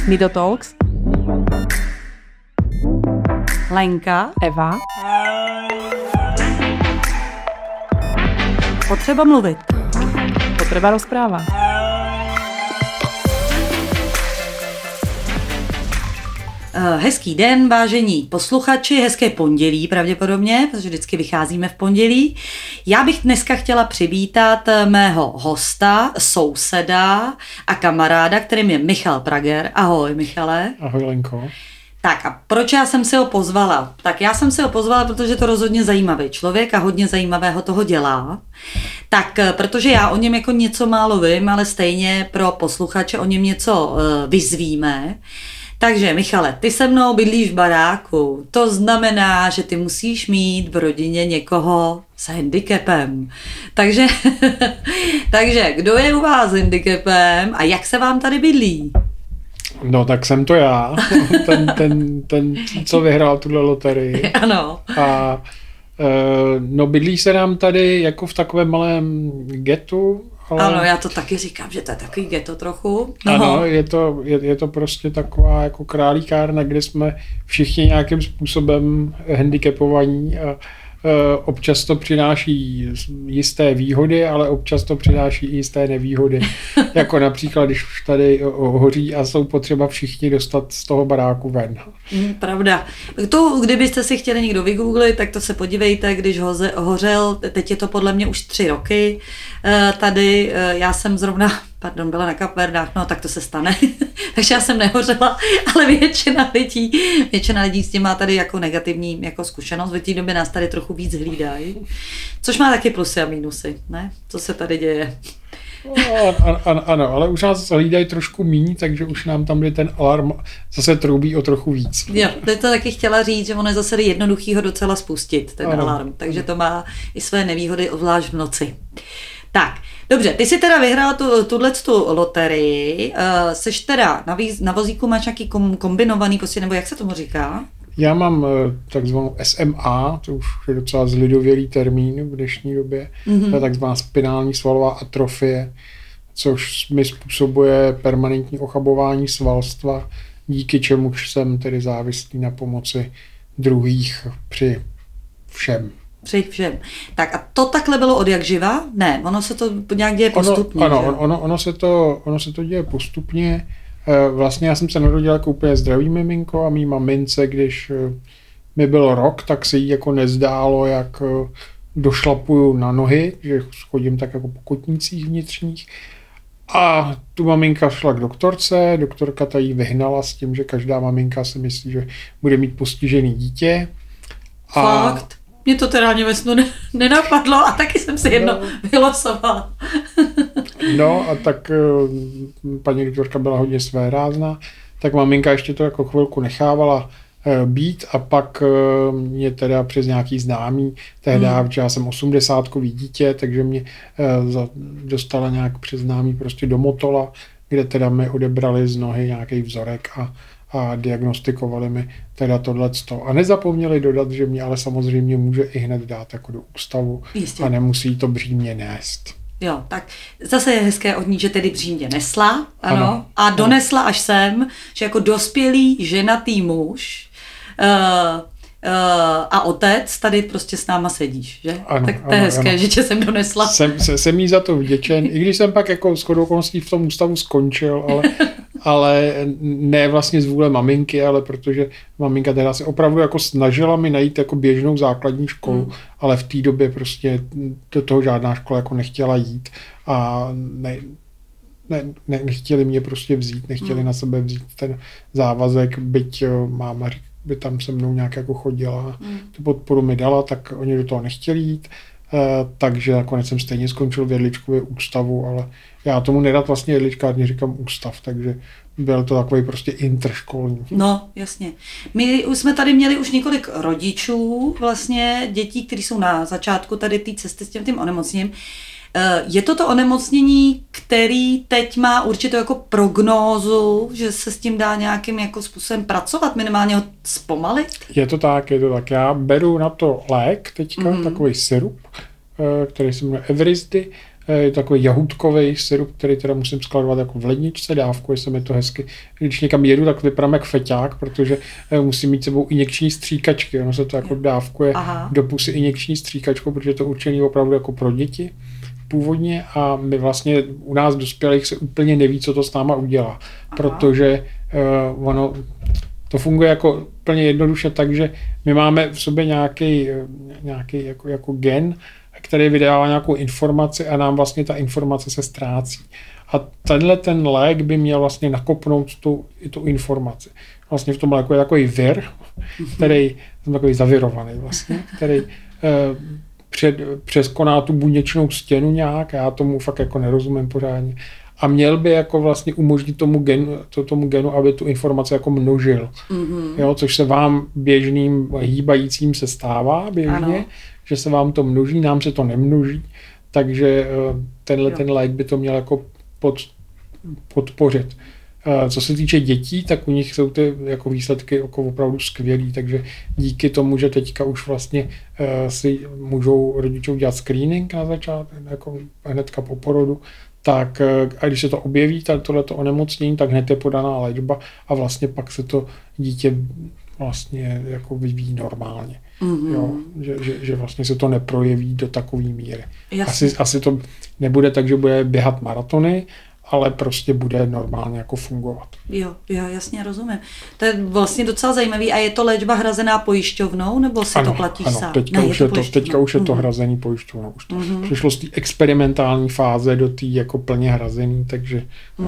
Mido Talks, Lenka, Eva. Potřeba mluvit. Potřeba rozprávat. Hezký den, vážení posluchači, hezké pondělí pravděpodobně, protože vždycky vycházíme v pondělí. Já bych dneska chtěla přivítat mého hosta, souseda a kamaráda, kterým je Michal Prager. Ahoj, Michale. Ahoj, Lenko. Tak a proč já jsem si ho pozvala? Tak já jsem si ho pozvala, protože je to rozhodně zajímavý člověk a hodně zajímavého toho dělá. Tak protože já o něm jako něco málo vím, ale stejně pro posluchače o něm něco vyzvíme. Takže Michale, ty se mnou bydlíš v baráku. To znamená, že ty musíš mít v rodině někoho s handicapem. Takže kdo je u vás s handicapem a jak se vám tady bydlí? No tak jsem to já, ten co vyhrál tuhle loterii. Ano. A no bydlí se nám tady jako v takovém malém getu. Ale... Ano, já to taky říkám, že to je takový ghetto trochu. No. Ano, je to prostě taková jako králíkárna, kde jsme všichni nějakým způsobem handicapovaní a občas to přináší jisté výhody, ale občas to přináší i jisté nevýhody. Jako například, když už tady hoří a jsou potřeba všichni dostat z toho baráku ven. Pravda. To, kdybyste si chtěli někdo vygooglit, tak to se podívejte, když hořel, teď je to podle mě už 3 roky, tady já jsem zrovna, byla na Kapverdách, no tak to se stane, takže já jsem nehořela, ale většina lidí s tím má tady jako negativní jako zkušenost, v té době nás tady trochu víc hlídají, což má taky plusy a mínusy, ne? Co se tady děje? Ano, ale už nás hlídají trošku míň, takže už nám tam jde ten alarm zase troubí o trochu víc. Jo, teď to taky chtěla říct, že ono je zase jednoduchý ho docela spustit, ten alarm, takže to má i své nevýhody, obzvlášť v noci. Tak, dobře, ty jsi teda vyhrál tuhletu loterii, seš teda na vozíku, máš nějaký kombinovaný prostě, nebo jak se tomu říká? Já mám takzvanou SMA, to už je docela zlidovělý termín v dnešní době, to je takzvaná spinální svalová atrofie, což mi způsobuje permanentní ochabování svalstva, díky čemuž jsem tedy závislý na pomoci druhých při všem. Při všem. Tak a to takhle bylo od jak živa? Ne, ono se to nějak děje postupně. Ono se to děje postupně. Vlastně já jsem se narodil jako úplně zdravý miminko a mý mamince, když mi byl rok, tak se jí jako nezdálo, jak došlapuju na nohy, že chodím tak jako po kotnících vnitřních. A tu maminka šla k doktorce, doktorka ta jí vyhnala s tím, že každá maminka si myslí, že bude mít postižený dítě. Fakt? Mě to teda ani ve snu nenapadlo a taky jsem si jedno vylosovala. No a tak paní doktorka byla hodně svérázná, tak maminka ještě to jako chvilku nechávala být a pak mě teda přes nějaký známý, tehda, já jsem 80kový dítě, takže mě dostala nějak přes známý prostě do Motola, kde teda mi odebrali z nohy nějaký vzorek a diagnostikovali mi teda tohleto. A nezapomněli dodat, že mě ale samozřejmě může i hned dát jako do ústavu. Jistě. A nemusí to břímě nést. Jo, tak zase je hezké od ní, že tedy břímě nesla, ano, a donesla až sem, že jako dospělý ženatý muž a otec tady prostě s náma sedíš, že? Ano, tak to je hezké, že tě jsem donesla. Jsem jí za to vděčen, i když jsem pak jako shodou okolností v tom ústavu skončil, ale ne vlastně z vůle maminky, ale protože maminka teda se opravdu jako snažila mi najít jako běžnou základní školu, ale v té době prostě do toho žádná škola jako nechtěla jít a nechtěli mě prostě vzít, nechtěli na sebe vzít ten závazek, byť máma by tam se mnou nějak jako chodila, tu podporu mi dala, tak oni do toho nechtěli jít, takže nakonec jsem stejně skončil v jedličkově ústavu, ale já tomu nedat vlastně jedličkárně říkám ústav, takže byl to takový prostě interškolní. No, jasně. My jsme tady měli už několik rodičů, vlastně dětí, kteří jsou na začátku tady té cesty s tím onemocněním. Je to onemocnění, který teď má určitou jako prognózu, že se s tím dá nějakým jako způsobem pracovat, minimálně ho zpomalit? Je to tak. Já beru na to lék teďka, takový sirup, který se jmenuje Evrysdi, je to takový jahůdkový syrup, který teda musím skladovat jako v ledničce, dávkuje se mi to hezky. Když někam jedu, tak vypadám jak feťák, protože musím mít sebou injekční stříkačky, ono se to jako dávkuje do pusy injekční stříkačkou, protože to určený opravdu jako pro děti původně a my vlastně u nás dospělých se úplně neví, co to s náma udělá, protože ono to funguje jako úplně jednoduše tak, že my máme v sobě nějaký jako gen, který vydává nějakou informaci a nám vlastně ta informace se ztrácí. A ten lék by měl vlastně nakopnout tu informaci. Vlastně v tom léku je takový vir, který je takový zavirovaný vlastně, který přeskoná tu buněčnou stěnu nějak, já tomu fakt jako nerozumím pořádně. A měl by jako vlastně umožnit tomu genu, aby tu informaci jako množil. Jo, což se vám běžným hýbajícím se stává běžně, že se vám to množí, nám se to nemnoží, takže ten lék by to měl jako podpořit. Co se týče dětí, tak u nich jsou ty jako výsledky jako opravdu skvělý, takže díky tomu, že teďka už vlastně si můžou rodiče udělat screening na začátku, jako hnedka po porodu, tak a když se to objeví, tohleto onemocnění, tak hned je podaná léčba a vlastně pak se to dítě vlastně jako vyvíjí normálně. Jo, že vlastně se to neprojeví do takové míry. Asi to nebude tak, že bude běhat maratony, ale prostě bude normálně jako fungovat. Jo, jasně, rozumím. To je vlastně docela zajímavý. A je to léčba hrazená pojišťovnou, nebo si to platíš sám? Teďka už je to hrazený pojišťovnou. Už to přišlo z té experimentální fáze do té jako plně hrazený, takže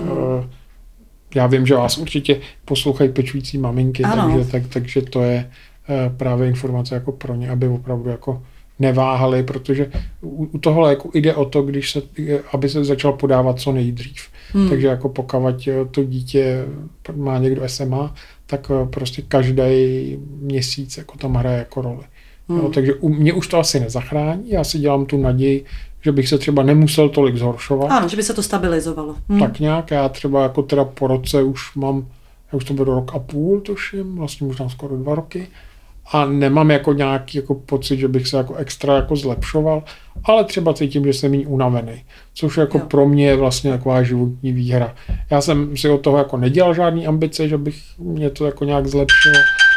já vím, že vás určitě poslouchají pečující maminky, takže to je právě informace jako pro ně, aby opravdu jako neváhali, protože u toho léku jde o to, aby se začal podávat co nejdřív. Takže jako pokud to dítě má někdo SMA, tak prostě každý měsíc jako tam hraje jako roli. Jo, takže mě už to asi nezachrání, já si dělám tu naději, že bych se třeba nemusel tolik zhoršovat. Ano, že by se to stabilizovalo. Tak nějak, já třeba jako teda po roce už mám, já už to budu 1,5 roku, tuším, vlastně možná skoro 2 roky, a nemám jako nějaký jako pocit, že bych se jako extra jako zlepšoval, ale třeba cítím, že jsem méně unavený, což jako pro mě je vlastně taková životní výhra. Já jsem si od toho jako nedělal žádný ambice, že bych mě to jako nějak zlepšilo.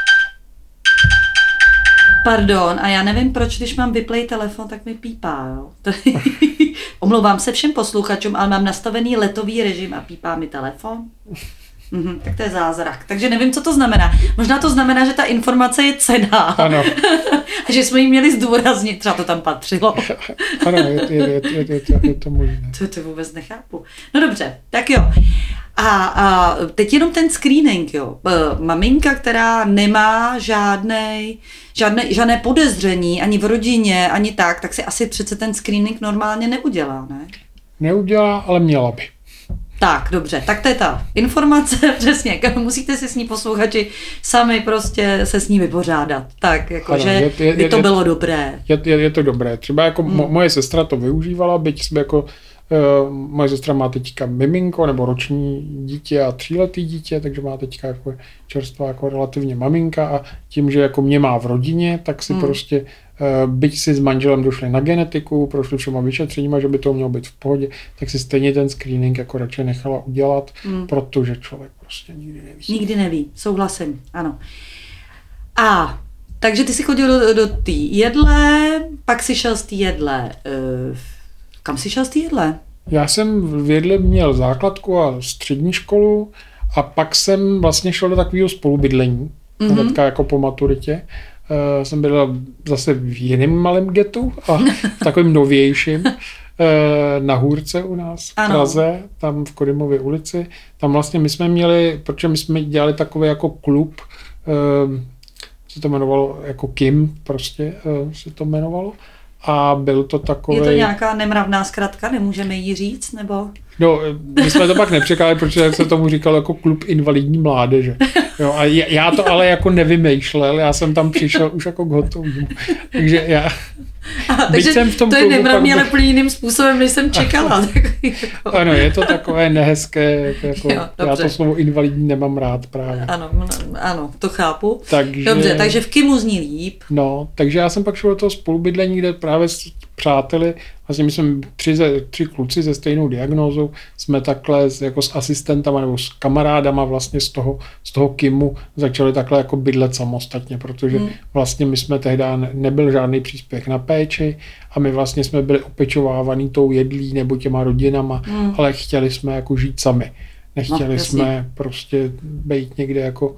Pardon, a já nevím, proč, když mám vyplay telefon, tak mi pípá, jo. Omlouvám se všem posluchačům, ale mám nastavený letový režim a pípá mi telefon. Tak to je zázrak. Takže nevím, co to znamená. Možná to znamená, že ta informace je cenná. Ano. A že jsme ji měli zdůraznit. Třeba to tam patřilo. Ano, je to možné. To vůbec nechápu. No dobře, tak jo. A teď jenom ten screening, jo. Maminka, která nemá žádné podezření ani v rodině, ani tak si asi přece ten screening normálně neudělá, ne? Neudělá, ale měla by. Tak, dobře, tak to je ta informace, přesně, musíte si s ní posluchači sami prostě se s ní vypořádat, tak jakože by to bylo dobré. Je to dobré, třeba jako moje sestra to využívala, byť jsme jako, moje sestra má teďka miminko nebo roční dítě a 3letý dítě, takže má teďka jako čerstvá jako relativně maminka a tím, že jako mě má v rodině, tak si prostě byť si s manželem došli na genetiku, prošli všema vyšetřeníma, že by to mělo být v pohodě, tak si stejně ten screening jako radši nechala udělat, protože člověk prostě nikdy neví. Nikdy neví, souhlasím, ano. A takže ty jsi chodil do té jedle, pak si šel z té jedle. Kam jsi šel z té jedle? Já jsem v jedle měl základku a střední školu a pak jsem vlastně šel do takového spolubydlení, hnedka jako po maturitě. Jsem byl zase v jiném malém getu a v takovém novějším na Hůrce u nás v Praze, tam v Kodymově ulici. Tam vlastně my jsme měli, protože my jsme dělali takový jako klub, se to jmenovalo jako Kim, prostě se to jmenovalo. A byl to takový... Je to nějaká nemravná zkratka, nemůžeme jí říct, nebo... No, my jsme to pak nepřekali, protože se tomu říkal jako klub invalidní mládeže. Jo, a já to ale jako nevymýšlel, já jsem tam přišel už jako k hotovému. Takže já... takže jsem v tom to je nemravný, ale úplně jiným způsobem, než jsem čekala. Ano, je to takové nehezké, jako, jo, já to slovo invalidní nemám rád právě. Ano, to chápu. Dobře, takže v Kimu zní líp. No, takže já jsem pak šel do toho spolubydlení, kde právě přáteli. Vlastně my jsme tři kluci se stejnou diagnózou, jsme takhle jako s asistentama nebo s kamarádama vlastně z toho KIMu začali takhle jako bydlet samostatně, protože vlastně my jsme tehdy nebyl žádný příspěvek na péči a my vlastně jsme byli opečovávaný tou jedlí nebo těma rodinama, ale chtěli jsme jako žít sami. Nechtěli jsme prostě být někde jako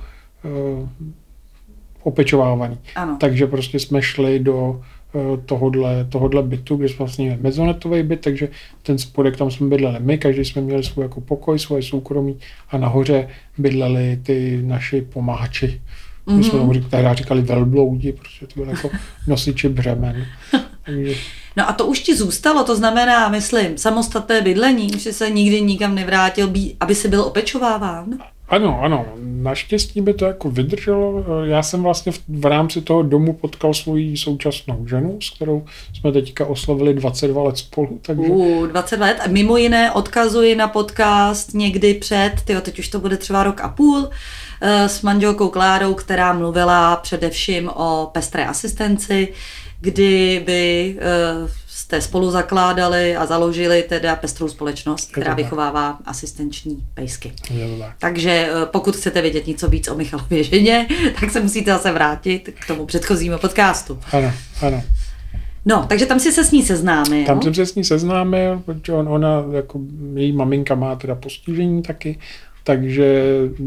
opečovávaný. Ano. Takže prostě jsme šli do tohodle bytu, kde jsme vlastně měli mezonetový byt, takže ten spodek tam jsme bydleli my, každý jsme měli svůj jako pokoj, svoje soukromí a nahoře bydleli ty naši pomáhači. My jsme tomu říkali velbloudi, protože to byly jako nosiči břemen. Takže... No a to už ti zůstalo, to znamená, myslím, samostatné bydlení, že se nikdy nikam nevrátil, aby si byl opečováván? Ano, naštěstí by to jako vydrželo. Já jsem vlastně v rámci toho domu potkal svoji současnou ženu, s kterou jsme teďka oslavili 22 let spolu. Takže... 22 let a mimo jiné odkazuji na podcast někdy teď už to bude třeba rok a půl, s manželkou Klárou, která mluvila především o pestré asistenci, kdy by jste spolu zakládali a založili teda pestrou společnost, která vychovává asistenční pejsky. Takže pokud chcete vědět něco víc o Michalově ženě, tak se musíte zase vrátit k tomu předchozímu podcastu. Ano. No, takže tam si se s ní seznámil. Tam jsem se s ní seznámil, protože ona, jako její maminka má teda postižení taky, takže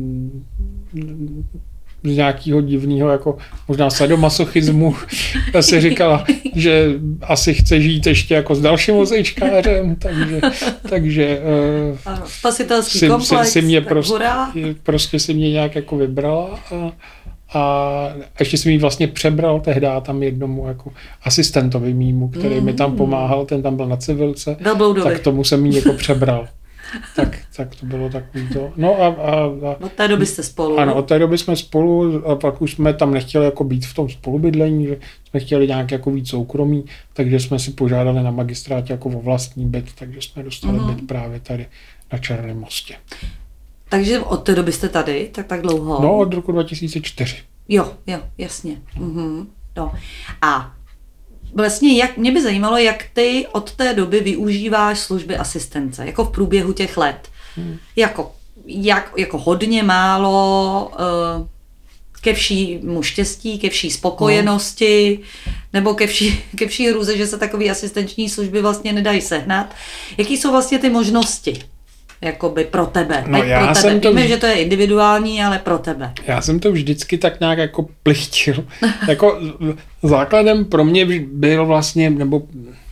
z nějakého divného, jako možná sadomasochismu, se říkala, že asi chce žít ještě jako s dalším vozejčkářem, takže spasitelský komplex, si mě prostě si mě nějak jako vybrala a ještě jsem jí vlastně přebral tehdy tam jednomu jako asistentovi mýmu, který mi tam pomáhal, ten tam byl na civilce, tak tomu jsem jí jako přebral. Tak to bylo takový to. No a od té doby jste spolu. Ano, od té doby jsme spolu a pak už jsme tam nechtěli jako být v tom spolubydlení, že jsme chtěli nějak jako víc soukromí, takže jsme si požádali na magistrátě jako o vlastní byt, takže jsme dostali byt právě tady na Černém mostě. Takže od té doby jste tady, tak dlouho? No, od roku 2004. Jo, jasně. No. A vlastně mě by zajímalo, jak ty od té doby využíváš služby asistence, jako v průběhu těch let. Jako hodně, málo, ke všímu štěstí, ke vší spokojenosti, nebo ke vší hrůze, že se takové asistenční služby vlastně nedají sehnat. Jaký jsou vlastně ty možnosti? Jakoby pro tebe. No, Víme, že to je individuální, ale pro tebe. Já jsem to vždycky tak nějak jako plichtil. Jako základem pro mě byl vlastně, nebo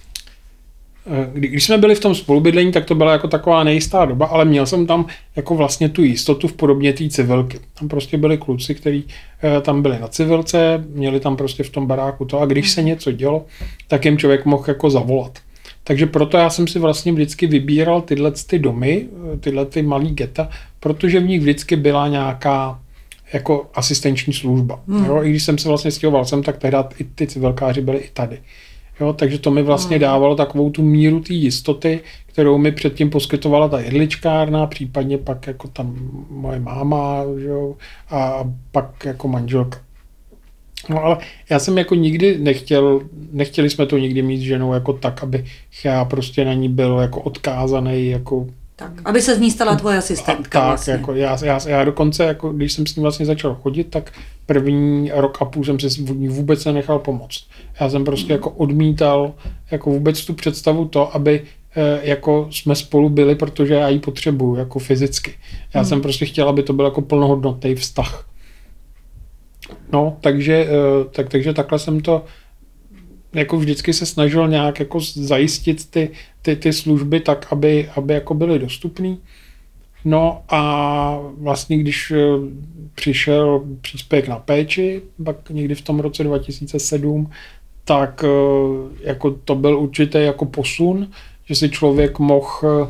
když jsme byli v tom spolubydlení, tak to byla jako taková nejistá doba, ale měl jsem tam jako vlastně tu jistotu v podobně té civilky. Tam prostě byli kluci, kteří tam byli na civilce, měli tam prostě v tom baráku to a když se něco dělo, tak jim člověk mohl jako zavolat. Takže proto já jsem si vlastně vždycky vybíral tyhle ty domy, tyhle ty malý geta, protože v nich vždycky byla nějaká jako asistenční služba. Jo? I když jsem se vlastně stěhoval sem, tak tehdy i ty civilkáři byli i tady. Jo? Takže to mi vlastně dávalo takovou tu míru té jistoty, kterou mi předtím poskytovala ta jedličkárna, případně pak jako tam moje máma, jo? A pak jako manželka. No ale já jsem jako nikdy nechtěli jsme to nikdy mít s ženou jako tak, aby já prostě na ní byl jako odkázaný, jako... Tak, aby se z ní stala tvoje asistentka. Tak, vlastně. jako já dokonce, jako když jsem s ní vlastně začal chodit, tak první rok a půl jsem se vůbec nenechal pomoct. Já jsem prostě jako odmítal jako vůbec tu představu to, aby jako jsme spolu byli, protože já ji potřebuju jako fyzicky. Já jsem prostě chtěl, aby to byl jako plnohodnotný vztah. No, takže takhle jsem to jako vždycky se snažil nějak jako zajistit ty služby tak, aby jako byly dostupný. No a vlastně když přišel příspěvek na péči, pak někdy v tom roce 2007, tak jako to byl určitý jako posun, že si člověk mohl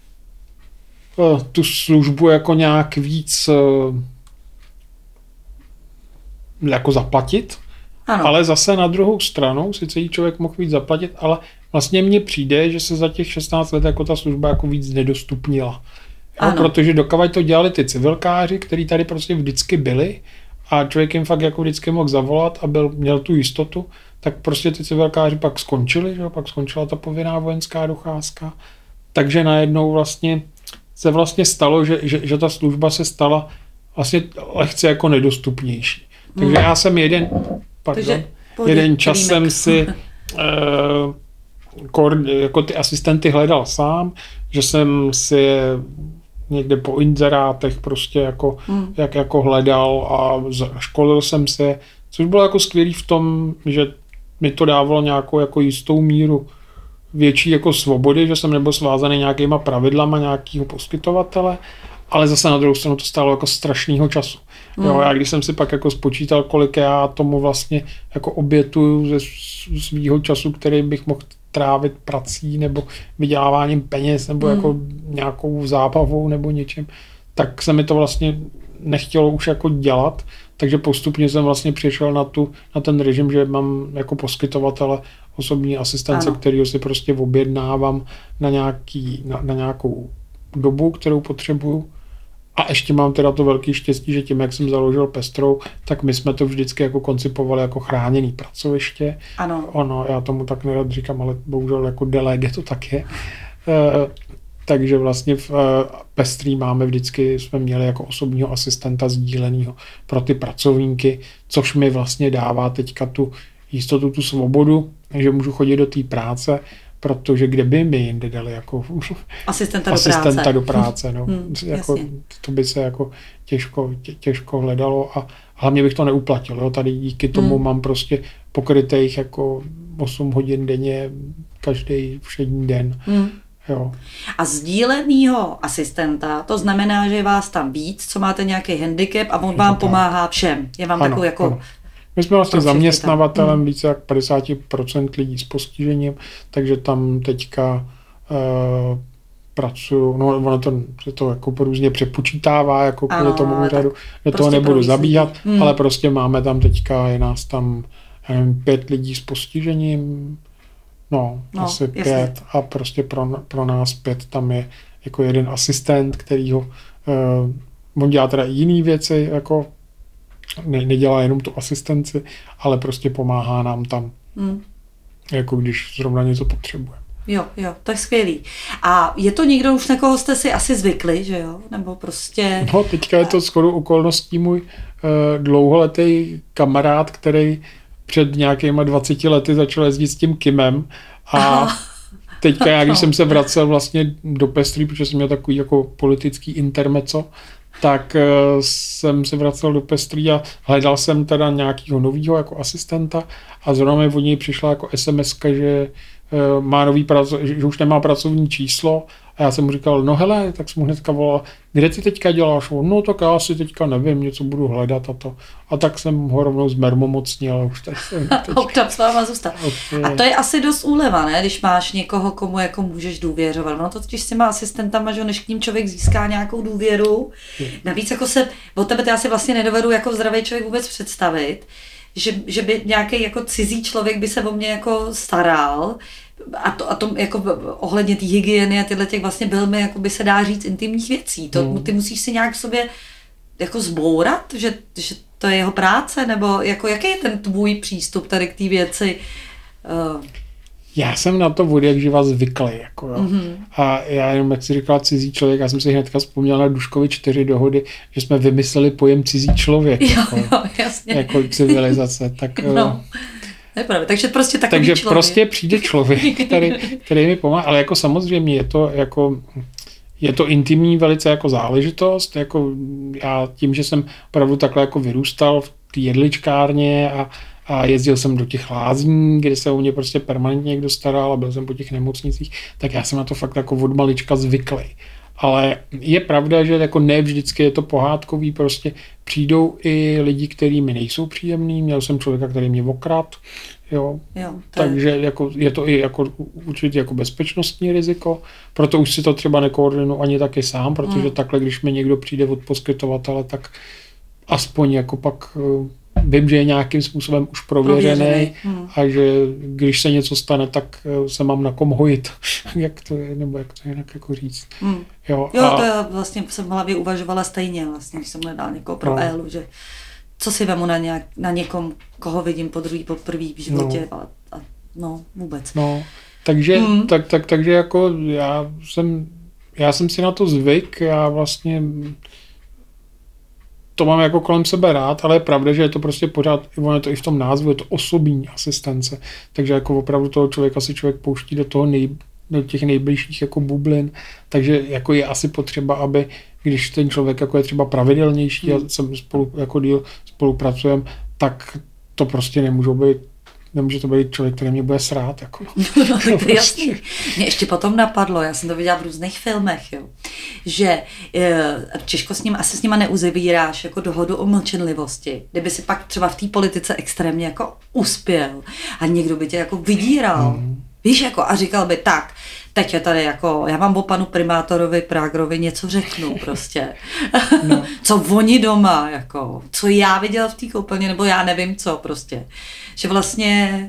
tu službu jako nějak víc jako zaplatit, ano. Ale zase na druhou stranu, sice jí člověk mohl víc zaplatit, ale vlastně mně přijde, že se za těch 16 let jako ta služba jako víc nedostupnila. Jo, protože dokud to dělali ty civilkáři, kteří tady prostě vždycky byli a člověk jim fakt jako vždycky mohl zavolat a měl tu jistotu, tak prostě ty civilkáři pak skončili, že? Pak skončila ta povinná vojenská docházka. Takže najednou se vlastně stalo, že ta služba se stala vlastně lehce jako nedostupnější. Takže já jsem jeden čas jsem si jako ty asistenty hledal sám, že jsem si někde po inzerátech prostě jako hledal a školil jsem se, což bylo jako skvělý v tom, že mi to dávalo nějakou jako jistou míru větší jako svobody, že jsem nebyl svázaný nějakýma pravidlama nějakého poskytovatele, ale zase na druhou stranu to stálo jako strašnýho času. Jo, já když jsem si pak jako spočítal, kolik já tomu vlastně jako obětuju ze svýho času, který bych mohl trávit prací nebo vyděláváním peněz nebo jako nějakou zábavou nebo něčím, tak se mi to vlastně nechtělo už jako dělat, takže postupně jsem vlastně přišel na ten režim, že mám jako poskytovatele osobní asistence, kterýho si prostě objednávám na nějakou dobu, kterou potřebuju. A ještě mám teda to velké štěstí, že tím, jak jsem založil Pestrou, tak my jsme to vždycky jako koncipovali jako chráněný pracoviště. Ano. Já tomu tak nerad říkám, ale bohužel jako delege to tak je. Takže vlastně v Pestrý jsme měli jako osobního asistenta sdílenýho pro ty pracovníky, což mi vlastně dává teďka tu jistotu, tu svobodu, že můžu chodit do té práce, protože kde by mi jinde dali jako asistenta do práce. No. Jako, to by se jako těžko hledalo a hlavně bych to neuplatil. Jo. Tady díky tomu mám prostě pokrytých jako 8 hodin denně každý všední den. Jo. A sdílenýho asistenta, to znamená, že je vás tam víc, co máte nějaký handicap a on vám pomáhá všem. Je vám takový jako... Ano. My jsme vlastně zaměstnavatelem více jak 50% lidí s postižením, takže tam teďka pracuju, no ono se to jako různě přepočítává, jako kvůli tomu úřadu, do toho nebudu zabíhat, ale prostě máme tam teďka, je nás tam 5 lidí s postižením, asi 5 a prostě pro nás 5 tam je jako jeden asistent, kterýho on dělá teda i jiný věci, jako nedělá jenom tu asistenci, ale prostě pomáhá nám tam, jako když zrovna něco potřebujeme. Jo, to je skvělý. A je to někdo už, na koho jste si asi zvykli, že jo? Nebo prostě... No, teďka je to shodou okolností můj dlouholetý kamarád, který před nějakýma 20 lety začal jezdit s tím Kimem a teďka já, když jsem se vracel vlastně do Pestrý, protože jsem měl takový jako politický intermezzo, tak jsem se vracel do Pestrý a hledal jsem teda nějakého novýho jako asistenta a zrovna mi od něj přišla jako SMS-ka, že má že už nemá pracovní číslo a já jsem mu říkal, no hele, tak jsem mu hnedka volal, kde ty teďka děláš? No tak já si teďka nevím, něco budu hledat a to. A tak jsem ho rovnou zmermomocnil a už tak jsem tam s váma zůstal. Okay. A to je asi dost úleva, ne? Když máš někoho, komu jako můžeš důvěřovat. No to totiž s těma asistentama, že než k ním člověk získá nějakou důvěru. Navíc jako od tebe já si vlastně nedovedu jako zdravý člověk vůbec představit, že by nějaký jako cizí člověk by se o mě jako staral a to jako ohledně té hygieny a tyhle těch vlastně velmi, jako by se dá říct, intimních věcí. Ty musíš si nějak v sobě jako zbourat, že to je jeho práce, nebo jako jaký je ten tvůj přístup tady k té věci? Já jsem na to od jak živa zvyklý. Jako, jo. A já jenom, jak jsi říkala cizí člověk, já jsem si hnedka vzpomněl na Duškovi 4 dohody, že jsme vymysleli pojem cizí člověk. Jo, jasně. Jako civilizace. Tak, nepravda. Takže prostě takový takže člověk. prostě přijde člověk, který mi pomáhá, ale jako samozřejmě je to intimní velice jako záležitost. Jako já tím, že jsem opravdu takhle jako vyrůstal v té jedličkárně a jezdil jsem do těch lázní, kde se o mě prostě permanentně někdo staral a byl jsem po těch nemocnicích, tak já jsem na to fakt jako od malička zvyklý. Ale je pravda, že jako ne vždycky je to pohádkový, prostě přijdou i lidi, kteří mi nejsou příjemný, měl jsem člověka, který mě okradl, takže jako, je to i jako určitě jako bezpečnostní riziko, proto už si to třeba nekoordinu ani taky sám, protože takhle, když mi někdo přijde od poskytovatele, tak aspoň jako pak vím, že je nějakým způsobem už prověřený a že když se něco stane, tak se mám na kom hojit. Jak to je, nebo jak to jinak jako říct. Jo, to já vlastně jsem v hlavě uvažovala stejně, vlastně, když jsem hledala někoho pro Élu, že co si vemu na někom, koho vidím po první v životě, no vůbec. No, takže, takže jako já jsem si na to zvyk, já vlastně to mám jako kolem sebe rád, ale je pravda, že je to prostě pořád, ono je to i v tom názvu, je to osobní asistence, takže jako opravdu toho člověka si člověk pouští do těch nejbližších jako bublin, takže jako je asi potřeba, aby když ten člověk jako je třeba pravidelnější a jsem jako díl spolupracujeme, tak to prostě nemůže to být člověk, který mě bude srát. Jako. No, tak to je jasný. Mě ještě potom napadlo, já jsem to viděla v různých filmech, jo, že těžko s nima neuzavíráš jako dohodu o mlčenlivosti. Kdyby si pak třeba v té politice extrémně jako uspěl a někdo by tě jako vydíral. Víš, jako a říkal by tak, teď je tady jako, já vám o panu primátorovi Pragerovi něco řeknu prostě. No. Co oni doma, jako, co já viděla v té koupelně, nebo já nevím co prostě. Že vlastně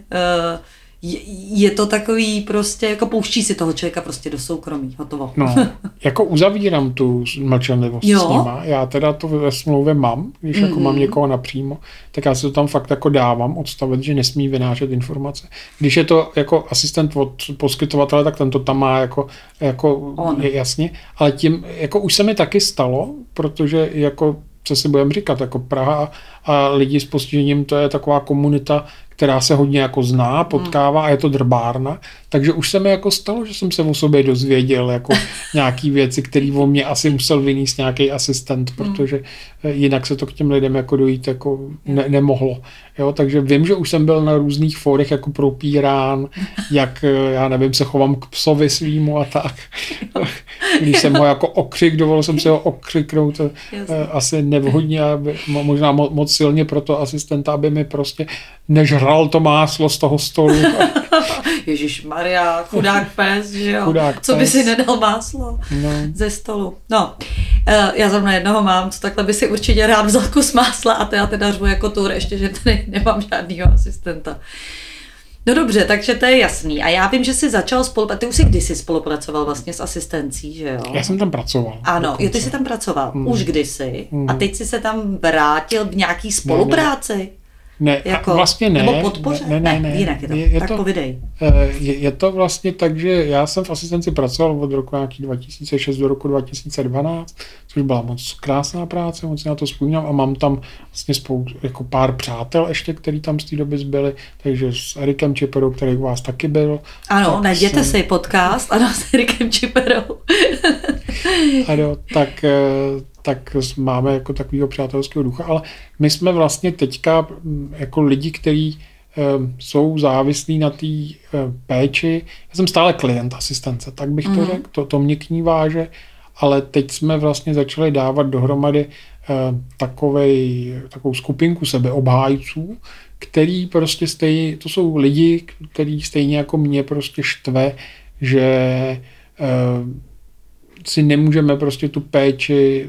je to takový prostě, jako pouští si toho člověka prostě do soukromí, hotovo. No, jako uzavírám tu mlčenlivost s nima. Já teda to ve smlouvě mám, když jako mám někoho napřímo, tak já si to tam fakt jako dávám odstavit, že nesmí vynášet informace. Když je to jako asistent od poskytovatele, tak ten to tam má jako jasně, ale tím jako už se mi taky stalo, protože jako co si budeme říkat, jako Praha a lidi s postižením, to je taková komunita, která se hodně jako zná, potkává a je to drbárna, takže už se mi jako stalo, že jsem se o sobě dozvěděl jako nějaký věci, které o mě asi musel vynést nějaký asistent, protože jinak se to k těm lidem jako dojít jako nemohlo. Jo, takže vím, že už jsem byl na různých fórech jako propírán, jak, já nevím, se chovám k psovi svýmu a tak. Když jsem ho jako dovolil jsem si ho okřiknout asi nevhodně, možná moc silně pro to asistenta, aby mi prostě nežral to máslo z toho stolu. Ježišmarja, chudák pes, že jo? Chudák co by si nedal máslo ze stolu. No, já zrovna jednoho mám, co takhle by si určitě rád vzal kus másla a to já teda řvu jako tur, ještě, že tady nemám žádnýho asistenta. No dobře, takže to je jasný. A já vím, že jsi začal spolupracovat. Ty už jsi kdysi spolupracoval vlastně s asistencí, že jo? Já jsem tam pracoval. Ano, ty jsi tam pracoval. Už kdysi. A teď jsi se tam vrátil v nějaký spolupráci. Ne, jako, vlastně ne. Nebo podpoře? Ne, jinak je to. Tak povidej. Je to vlastně tak, že já jsem v asistenci pracoval od roku 2006 do roku 2012, což byla moc krásná práce, moc si na to vzpomínám a mám tam vlastně jako pár přátel ještě, který tam z té doby zbyli, takže s Erikem Čiperou, který u vás taky byl. Ano, najděte si podcast, ano, s Erikem Čiperou. Ano, tak máme jako takového přátelského ducha, ale my jsme vlastně teďka jako lidi, kteří jsou závislí na té péči. Já jsem stále klient asistence, tak bych to řekl, to mě k ní váže, ale teď jsme vlastně začali dávat dohromady takovou skupinku sebeobhájců, který prostě to jsou lidi, který stejně jako mě prostě štve, že si nemůžeme prostě tu péči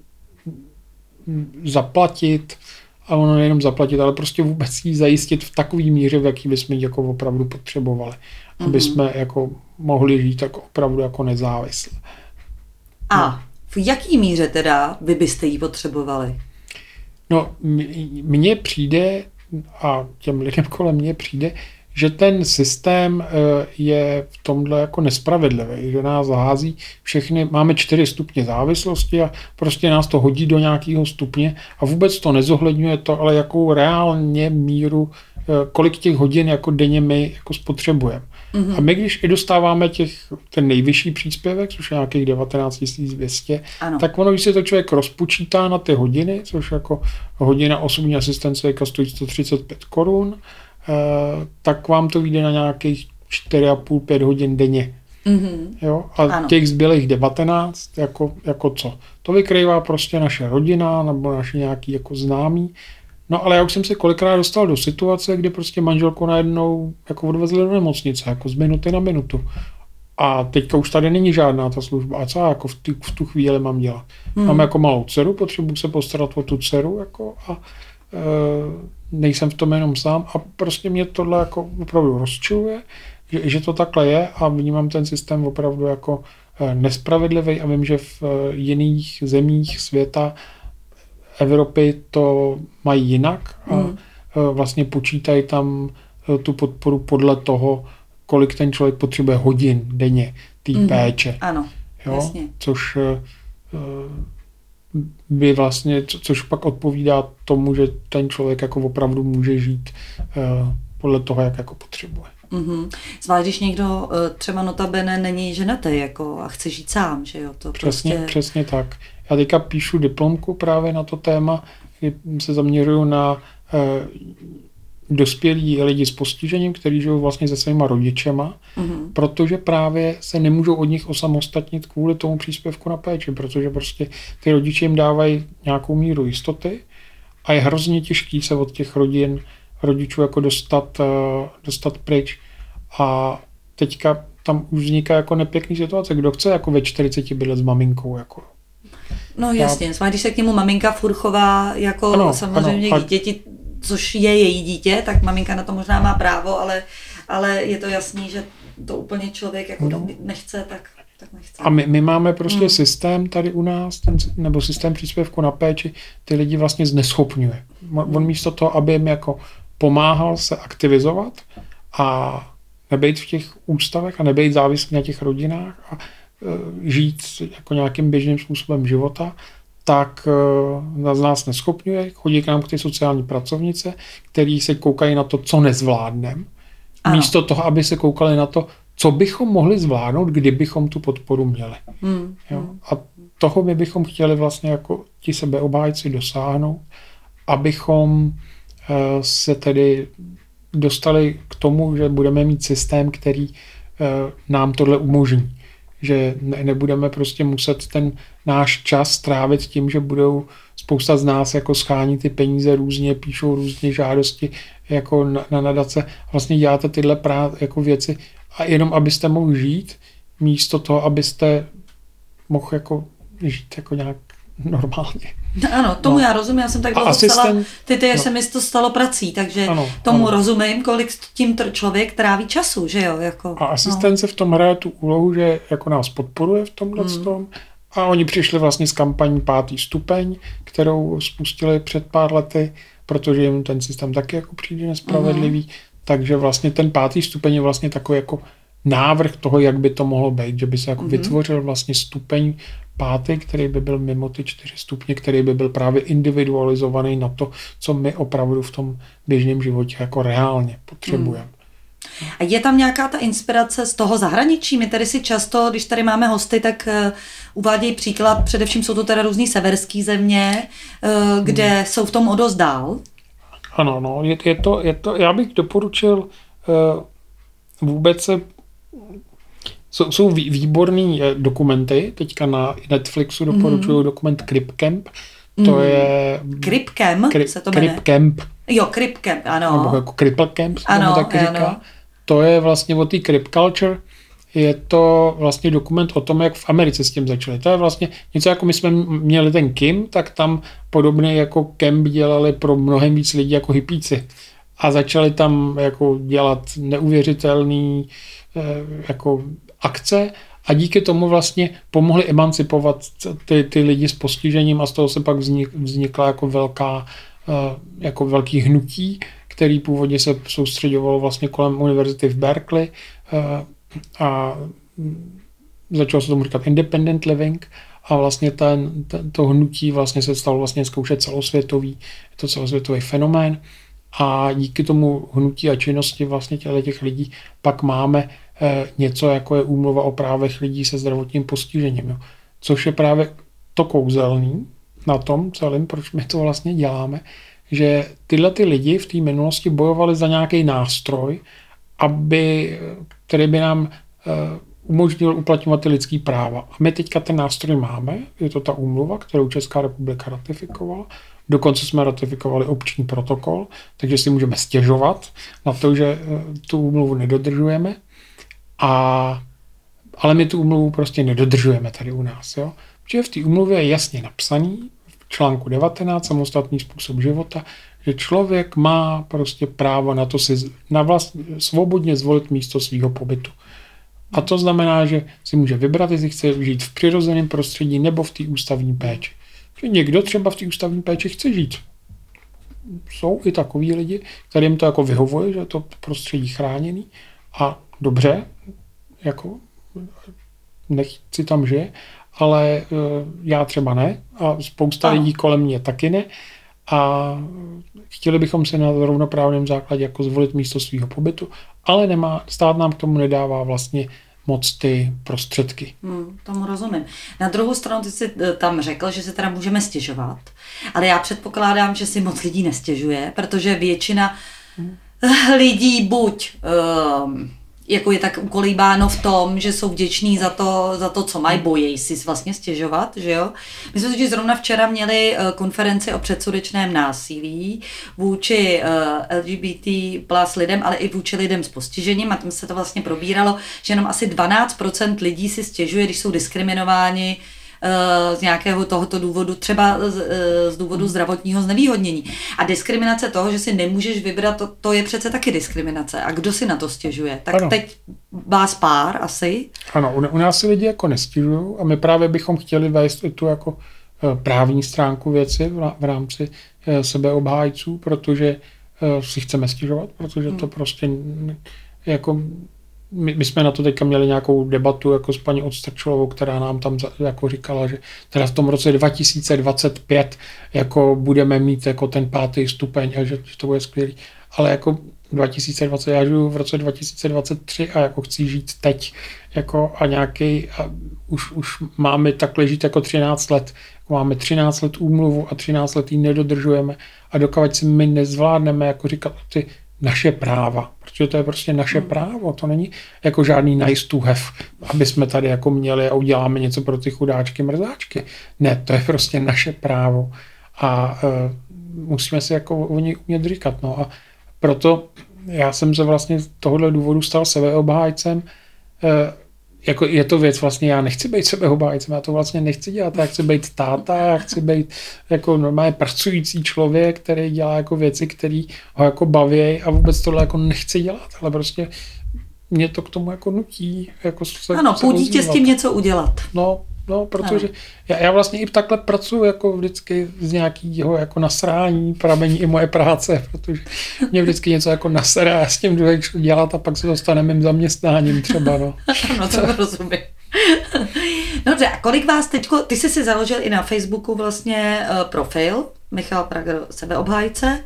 zaplatit, a ono nejenom zaplatit, ale prostě vůbec ji zajistit v takový míře, v jaký bychom ji jako opravdu potřebovali. Aby jsme jako mohli žít tak opravdu jako nezávisle. A v jaký míře teda vy byste ji potřebovali? No, mně přijde, a těm lidem kolem mě přijde, že ten systém je v tomhle jako nespravedlivý, že nás hází všechny, máme 4 stupně závislosti a prostě nás to hodí do nějakého stupně a vůbec to nezohledňuje to, ale jakou reálně míru, kolik těch hodin jako denně my jako spotřebujeme. A my, když i dostáváme ten nejvyšší příspěvek, což je nějakých 19 200, tak ono, když se to člověk rozpočítá na ty hodiny, což jako hodina osobní asistence stojí 135 korun, tak vám to vyjde na nějakých 4,5-5 hodin denně. Jo? A těch zbylých 19, jako co? To vykrývá prostě naše rodina nebo naše nějaký jako známí. No ale já už jsem se kolikrát dostal do situace, kde prostě manželku najednou jako odvezli do nemocnice, jako z minuty na minutu. A teďka už tady není žádná ta služba. A co já jako v tu chvíli mám dělat? Mám jako malou dceru, potřebuji se postarat o tu dceru jako a nejsem v tom jenom sám a prostě mě tohle jako opravdu rozčiluje, že to takhle je a vnímám ten systém opravdu jako nespravedlivý a vím, že v jiných zemích světa Evropy to mají jinak a vlastně počítají tam tu podporu podle toho, kolik ten člověk potřebuje hodin denně té péče. Ano, jo? Jasně. Což pak odpovídá tomu, že ten člověk jako opravdu může žít podle toho, jak jako potřebuje. Zvlášť, když někdo třeba notabene není ženatý jako a chce žít sám, že jo? To Přesně tak. Já teďka píšu diplomku právě na to téma, kdy se zaměřuju na dospělí lidi s postižením, kteří žijou vlastně se svýma rodičema, protože právě se nemůžou od nich osamostatnit kvůli tomu příspěvku na péči, protože prostě ty rodiče jim dávají nějakou míru jistoty a je hrozně těžký se od těch rodičů jako dostat pryč. A teďka tam už vzniká jako nepěkný situace. Kdo chce jako ve 40 bydlet s maminkou? Jako. No jasně, když se k němu maminka furt chová jako samozřejmě děti, což je její dítě, tak maminka na to možná má právo, ale je to jasný, že to úplně člověk jako nechce, tak nechce. A my máme prostě systém tady u nás, nebo systém příspěvku na péči, ty lidi vlastně zneschopňuje. On místo toho, aby jim jako pomáhal se aktivizovat a nebejt v těch ústavech a nebejt závislý na těch rodinách a žít jako nějakým běžným způsobem života, tak nás neschopňuje. Chodí k nám k ty sociální pracovnice, který se koukají na to, co nezvládneme. Místo toho, aby se koukali na to, co bychom mohli zvládnout, kdybychom tu podporu měli. Jo? A toho my bychom chtěli vlastně jako ti sebeobhájci dosáhnout, abychom se tedy dostali k tomu, že budeme mít systém, který nám tohle umožní. Že nebudeme prostě muset ten náš čas strávit tím, že budou spousta z nás jako schání ty peníze různě, píšou různě žádosti jako na nadace. Vlastně děláte tyhle jako věci a jenom abyste mohli žít, místo toho, abyste mohl jako žít jako nějak normálně. Ano, tomu já rozumím, já jsem tak dlouho psala, se mi to stalo prací, takže tomu rozumím, kolik tím člověk tráví času, že jo. Jako, a asistence v tom hraje tu úlohu, že jako nás podporuje v tomhle tom a oni přišli vlastně s kampaní 5. stupeň, kterou spustili před pár lety, protože jim ten systém taky jako přijde nespravedlivý, takže vlastně ten 5. stupeň je vlastně takový jako návrh toho, jak by to mohlo být, že by se jako vytvořil vlastně stupeň 5., který by byl mimo ty 4 stupně, který by byl právě individualizovaný na to, co my opravdu v tom běžném životě jako reálně potřebujeme. A je tam nějaká ta inspirace z toho zahraničí? My tady si často, když tady máme hosty, tak uvádějí příklad, především jsou to teda různý severský země, kde jsou v tom o dost dál. Ano, no, je to, já bych doporučil vůbec se jsou výborný dokumenty, teďka na Netflixu doporučuju dokument Crip Camp, to je... Crip Camp se to jmenuje? Crip Camp. Jo, Crip Camp, ano. Nebo jako Cripple Camp se tomu taky říká. To je vlastně o té Crip Culture, je to vlastně dokument o tom, jak v Americe s tím začali. To je vlastně něco, jako my jsme měli ten Kim, tak tam podobně jako Camp dělali pro mnohem víc lidí jako hippíci. A začali tam jako dělat neuvěřitelný jako akce a díky tomu vlastně pomohli emancipovat ty lidi s postižením a z toho se pak vznikla jako velký hnutí, který původně se soustředovalo vlastně kolem univerzity v Berkeley a začalo se tomu říkat independent living a vlastně to hnutí vlastně se stalo vlastně zkoušet celosvětový, je to celosvětový fenomén a díky tomu hnutí a činnosti vlastně těch lidí pak máme něco, jako je úmluva o právech lidí se zdravotním postižením. Jo. Což je právě to kouzelný na tom celém, proč my to vlastně děláme, že tyhle ty lidi v té minulosti bojovali za nějaký nástroj, který by nám umožnil uplatňovat ty lidský práva. A my teďka ten nástroj máme, je to ta úmluva, kterou Česká republika ratifikovala. Dokonce jsme ratifikovali opční protokol, takže si můžeme stěžovat na to, že tu úmluvu nedodržujeme. Ale my tu úmluvu prostě nedodržujeme tady u nás. Jo? Protože v té úmluvě je jasně napsaný v článku 19 samostatný způsob života, že člověk má prostě právo na to si svobodně zvolit místo svého pobytu. A to znamená, že si může vybrat, jestli chce žít v přirozeném prostředí nebo v té ústavní péči. že někdo třeba v té ústavní péči chce žít. Jsou i takový lidi, kterým to jako vyhovuje, že je to prostředí chráněný a dobře, jako nechci tam žije, ale já třeba ne a spousta lidí kolem mě taky ne a chtěli bychom se na rovnoprávném základě jako zvolit místo svého pobytu, ale stát nám k tomu nedává vlastně moc ty prostředky. Tomu rozumím. Na druhou stranu ty jsi tam řekl, že se teda můžeme stěžovat, ale já předpokládám, že si moc lidí nestěžuje, protože většina lidí buď jako je tak ukolíbáno v tom, že jsou vděční za to, co mají, bojí si vlastně stěžovat, že jo. My jsme totiž zrovna včera měli konferenci o předsudečném násilí vůči LGBT plus lidem, ale i vůči lidem s postižením a tam se to vlastně probíralo, že jenom asi 12% lidí si stěžuje, když jsou diskriminováni z nějakého tohoto důvodu, třeba z důvodu zdravotního znevýhodnění. A diskriminace toho, že si nemůžeš vybrat, to je přece taky diskriminace. A kdo si na to stěžuje? Tak ano. Teď vás pár asi. Ano, u nás si lidi jako nestěžují a my právě bychom chtěli vést tu jako právní stránku věci v rámci sebeobhájců, protože si chceme stěžovat, protože to prostě jako my jsme na to teďka měli nějakou debatu jako s paní Odstrčelovou, která nám tam jako říkala, že teda v tom roce 2025 jako budeme mít jako ten 5. stupeň a že to bude skvělý. Ale jako 2020, já žiju v roce 2023 a jako chci žít teď jako a nějaký a už máme takhle žít jako 13 let. Jako máme 13 let úmluvu a 13 let ji nedodržujeme a dokud si my nezvládneme jako říkat ty naše práva, protože to je prostě naše právo, to není jako žádný nice to have, aby jsme tady jako měli a uděláme něco pro ty chudáčky, mrzáčky. Ne, to je prostě naše právo a musíme si jako o ní umět říkat. No a proto já jsem se vlastně z tohohle důvodu stal sebeobhájcem. Jako je to věc vlastně, já nechci být sebeobhájcem, já to vlastně nechci dělat, já chci být táta, já chci být jako normálně pracující člověk, který dělá jako věci, které ho jako baví a vůbec tohle jako nechci dělat, ale prostě mě to k tomu jako nutí. Jako ano, půjdi tě s tím něco udělat. No, protože já vlastně i takhle pracuji jako vždycky z nějakého jako nasrání, pramení i moje práce, protože mě vždycky něco jako nasere a já s tím jdu dělat a pak se dostane mým zaměstnáním třeba, no. No to rozumím. Dobře, a kolik vás teďko, ty jsi si založil i na Facebooku vlastně profil, Michal Prager, sebeobhájce.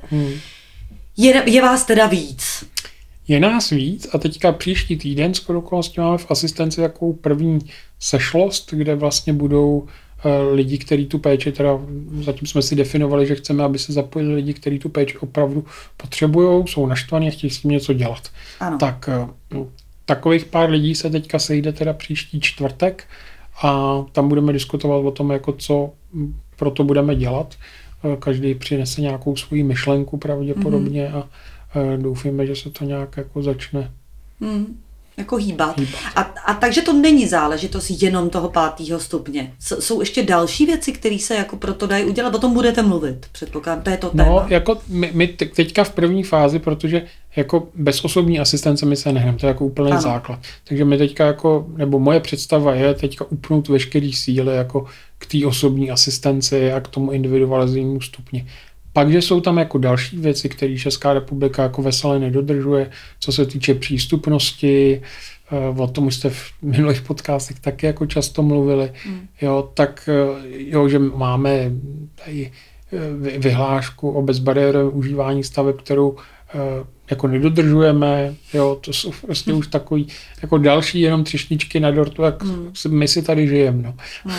Je vás teda víc? Je nás víc a teďka příští týden skoro okolností máme v asistenci takovou první sešlost, kde vlastně budou lidi, kteří tu péči, teda zatím jsme si definovali, že chceme, aby se zapojili lidi, kteří tu péči opravdu potřebují, jsou naštvaní a chtějí s tím něco dělat. Ano. Tak takových pár lidí se teďka sejde teda příští čtvrtek a tam budeme diskutovat o tom, jako co pro to budeme dělat. Každý přinese nějakou svoji myšlenku pravděpodobně a doufíme, že se to nějak jako začne jako hýbat. A takže to není záležitost jenom toho 5. stupně. Jsou ještě další věci, které se jako proto dají udělat, o tom budete mluvit, předpokládám, to je to téma. No, jako my teďka v první fázi, protože jako bez osobní asistence my se nehneme, to je jako úplný základ. Takže my teďka jako, nebo moje představa je teďka upnout veškerý síly jako k té osobní asistenci a k tomu individualizovanému stupni. Pak, že jsou tam jako další věci, které Česká republika jako veselé nedodržuje, co se týče přístupnosti, o tom už jste v minulých podcastech taky jako často mluvili, jo, tak jo, že máme tady vyhlášku o bezbariérovém užívání staveb, kterou jako nedodržujeme, jo, to jsou prostě už takový jako další jenom třešničky na dortu, jak my si tady žijeme, no.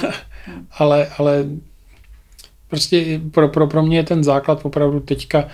ale prostě pro mě je ten základ opravdu teďka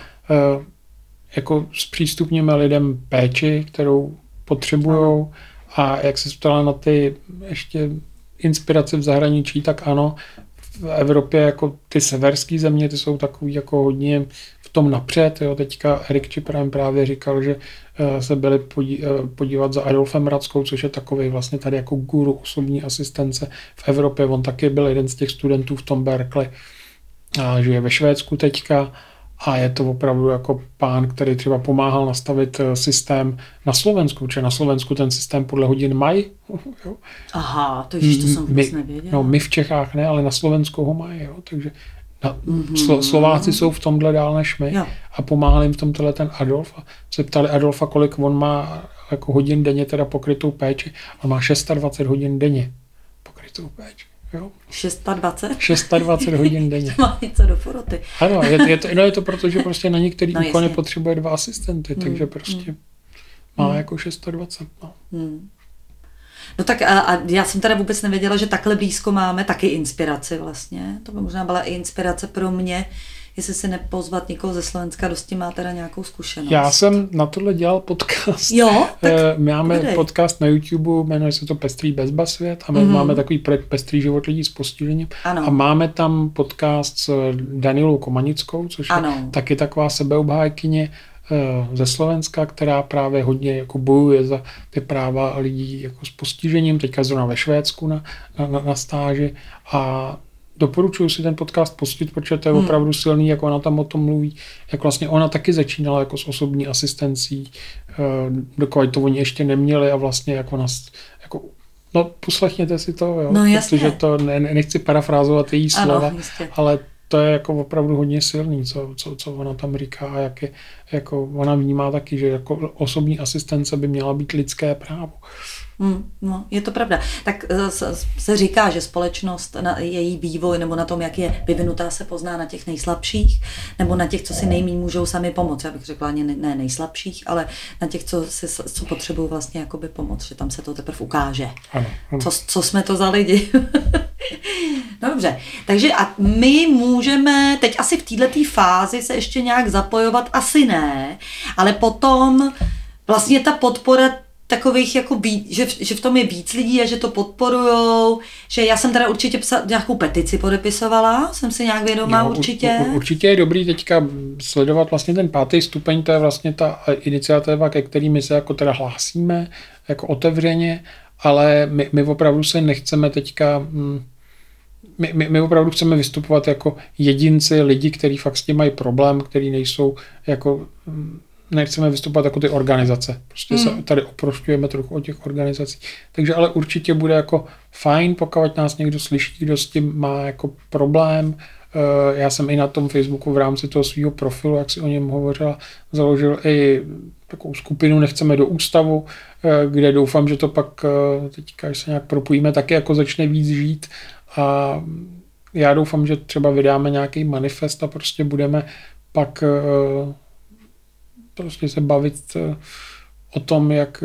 jako zpřístupněme lidem péči, kterou potřebujou a jak se ptala na ty ještě inspirace v zahraničí, tak ano, v Evropě jako ty severské země, ty jsou takový jako hodně v tom napřed, jo, teďka Erik Čiprem právě říkal, že se byli podívat za Adolfem Rackou, což je takový vlastně tady jako guru osobní asistence v Evropě, on taky byl jeden z těch studentů v tom Berkeley, a žije ve Švédsku teďka a je to opravdu jako pán, který třeba pomáhal nastavit systém na Slovensku, protože na Slovensku ten systém podle hodin mají. Jo. Aha, to jsem vůbec nevěděla. No, my v Čechách ne, ale na Slovensku ho mají, jo, takže Slováci jsou v tomhle dál než my a pomáhal jim v tom ten Adolf a se ptali Adolfa, kolik on má jako hodin denně teda pokrytou péči. On má 26 hodin denně pokrytou péči. Jo? 26 hodin denně. Má něco do poroty. Ano, je to proto, že prostě na některý úkony potřebuje 2 asistenty, takže prostě má jako 26. No. No tak a já jsem teda vůbec nevěděla, že takhle blízko máme taky inspiraci vlastně. To by možná byla i inspirace pro mě, jestli si nepozvat někoho ze Slovenska, dosti má teda nějakou zkušenost. Já jsem na tohle dělal podcast. Jo? Tak máme podcast na YouTube, jmenuje se to Pestrý bezbasvět a my máme takový projekt Pestrý život lidí s postižením. Ano. A máme tam podcast s Danielou Komanickou, což je taky taková sebeobhájkyně ze Slovenska, která právě hodně jako bojuje za ty práva lidí jako s postižením, teďka zrovna ve Švédsku na stáži a doporučuji si ten podcast pustit, protože to je opravdu silný, jak ona tam o tom mluví, jak vlastně ona taky začínala jako s osobní asistencí, dokud to oni ještě neměli a vlastně jako nás, jako, no poslechněte si to, jo, no, protože to nechci parafrázovat její slova, ale to je jako opravdu hodně silný, co ona tam říká a jak je, jako ona vnímá taky, že jako osobní asistence by měla být lidské právo. No, je to pravda. Tak se říká, že společnost, na její vývoj nebo na tom, jak je vyvinutá, se pozná na těch nejslabších, nebo na těch, co si nejméně můžou sami pomoct. Já bych řekla ani ne nejslabších, ale na těch, co potřebují vlastně jakoby pomoct, že tam se to teprve ukáže. Ano. Co jsme to za lidi? No dobře, takže a my můžeme teď asi v této fázi se ještě nějak zapojovat, asi ne, ale potom vlastně ta podpora takových, jako že v tom je víc lidí a že to podporujou, že já jsem teda určitě nějakou petici podepisovala, jsem si nějak vědomá určitě. Určitě je dobrý teďka sledovat vlastně ten 5. stupeň, to je vlastně ta iniciativa, ke který my se jako teda hlásíme, jako otevřeně, ale my opravdu se nechceme teďka, my opravdu chceme vystupovat jako jedinci, lidi, kteří fakt s tím mají problém, kteří nejsou jako nechceme vystupovat jako ty organizace. Prostě se tady oprošťujeme trochu od těch organizací. Takže ale určitě bude jako fajn, pokud nás někdo slyší, kdo s tím má jako problém. Já jsem i na tom Facebooku v rámci toho svého profilu, jak si o něm hovořila, založil i takovou skupinu Nechceme do ústavu, kde doufám, že to pak teďka, když se nějak propojíme, taky jako začne víc žít. A já doufám, že třeba vydáme nějaký manifest a prostě budeme pak prostě se bavit o tom, jak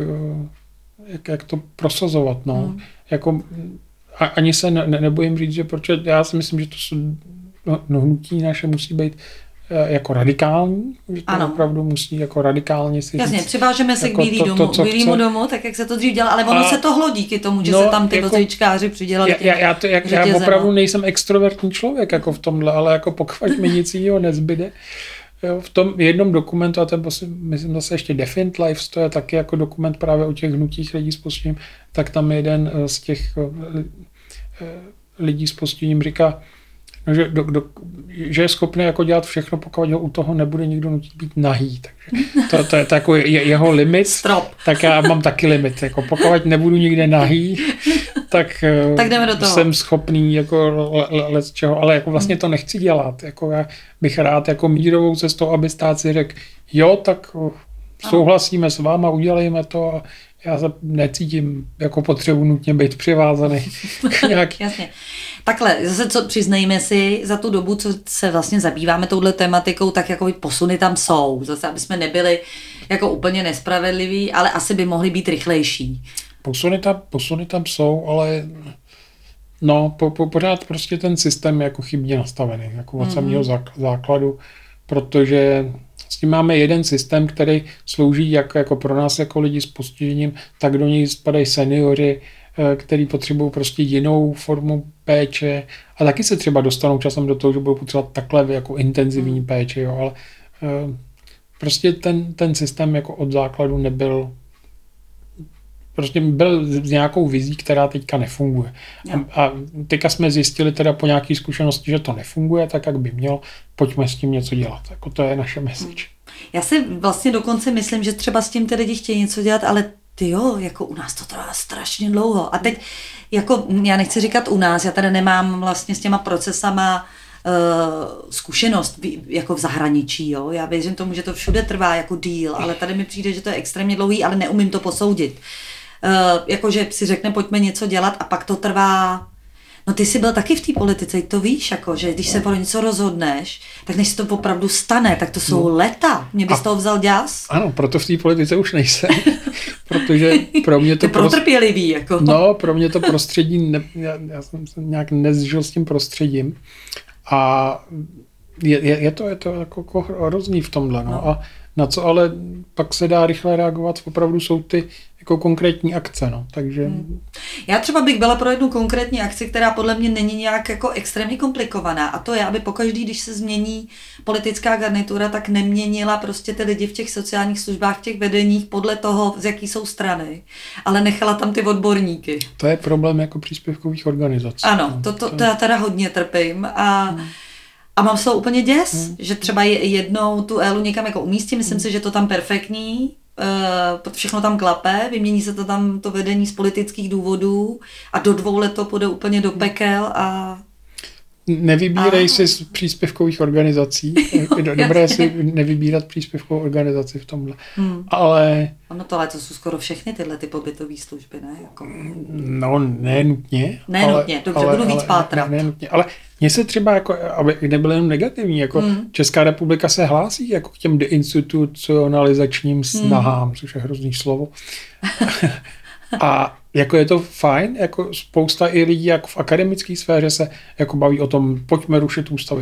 to prosazovat. No. Jako, ani se nebojím říct, že protože já si myslím, že to jsou hnutí naše musí být jako radikální, že to opravdu musí jako radikálně si říct. Jasně, přivážeme se jako k bílému domu, tak jak se to dřív dělalo, ale ono se to hlodí k tomu, že se tam ty vozíčkáři přidělali. Já opravdu nejsem extrovertní člověk jako v tomhle, ale jako pokud mi nic jiného nezbyde. Jo, v tom jednom dokumentu, a ten myslím zase ještě Defined Lives, to je taky jako dokument právě o těch hnutích lidí s postižením, tak tam jeden z těch lidí s postižením říká, no, že je schopný jako dělat všechno, pokud ho u toho nebude nikdo nutit být nahý. Takže to je takový jeho limit. Strop. Tak já mám taky limit. Jako pokud nebudu nikde nahý, tak jdeme do toho. Jsem schopný jako let čeho, ale jako vlastně to nechci dělat. Jako já bych rád jako mírovou cestou, aby stát si řekl, jo, tak souhlasíme s váma, udělejme to a já se necítím jako potřebu nutně být přivázaný. Jasně. Takhle, zase přiznejme si, za tu dobu, co se vlastně zabýváme touhle tematikou, tak jako posuny tam jsou. Zase, aby jsme nebyli jako úplně nespravedliví, ale asi by mohly být rychlejší. Posuny tam jsou, ale no, pořád prostě ten systém je jako chybně nastavený, jako od samého základu, protože s tím máme jeden systém, který slouží jako pro nás jako lidi s postižením, tak do něj spadají seniori, který potřebují prostě jinou formu péče a taky se třeba dostanou časem do toho, že budou potřebovat takhle jako intenzivní péče, jo, ale prostě ten systém jako od základu nebyl prostě byl s nějakou vizí, která teďka nefunguje. A teďka jsme zjistili teda po nějaké zkušenosti, že to nefunguje tak, jak by mělo, pojďme s tím něco dělat. Jako to je naše message. Já si vlastně dokonce myslím, že třeba s tím ty lidi chtějí něco dělat, ale jako u nás to trvá strašně dlouho. A teď, jako já nechci říkat u nás, já tady nemám vlastně s těma procesama zkušenost jako v zahraničí, jo. Já věřím tomu, že to všude trvá jako díl, ale tady mi přijde, že to je extrémně dlouhý, ale neumím to posoudit. Jakože si řekne, pojďme něco dělat a pak to trvá. No ty jsi byl taky v té politice, to víš, jako, že když se pro něco rozhodneš, tak než se to opravdu stane, tak to jsou leta. Mě bys toho vzal děs? Ano, proto v té politice už nejsem. Protože pro mě to... protrpělivý, jako. No, pro mě to prostředí, já jsem se nějak nezžil s tím prostředím. A je to jako hrozný v tomhle. No. A na co ale pak se dá rychle reagovat, opravdu jsou ty jako konkrétní akce. No. Takže... Já třeba bych byla pro jednu konkrétní akci, která podle mě není nějak jako extrémně komplikovaná. A to je, aby pokaždý, když se změní politická garnitura, tak neměnila prostě ty lidi v těch sociálních službách, v těch vedeních podle toho, z jaký jsou strany, ale nechala tam ty odborníky. To je problém jako příspěvkových organizací. Ano, to já teda hodně trpím a mám z toho úplně děs, že třeba jednou tu Élu někam jako umístím, myslím si, že to tam perfektní, všechno tam klape, vymění se to tam to vedení z politických důvodů a do 2 let to půjde úplně do pekel a... Nevybírej si z příspěvkových organizací. Je dobré si nevybírat příspěvkovou organizaci v tomhle. Ale... Ono to jsou skoro všechny tyhle ty pobytové služby, ne? Jako... No, nenutně. Nenutně, dobře, budu víc pátrat. Nenutně, ale mně se třeba, jako, aby nebylo jenom negativní, jako Česká republika se hlásí jako k těm deinstitucionalizačním snahám, což je hrozný slovo. A jako je to fajn, jako spousta i lidí jako v akademické sféře se jako baví o tom, pojďme rušit ústavy.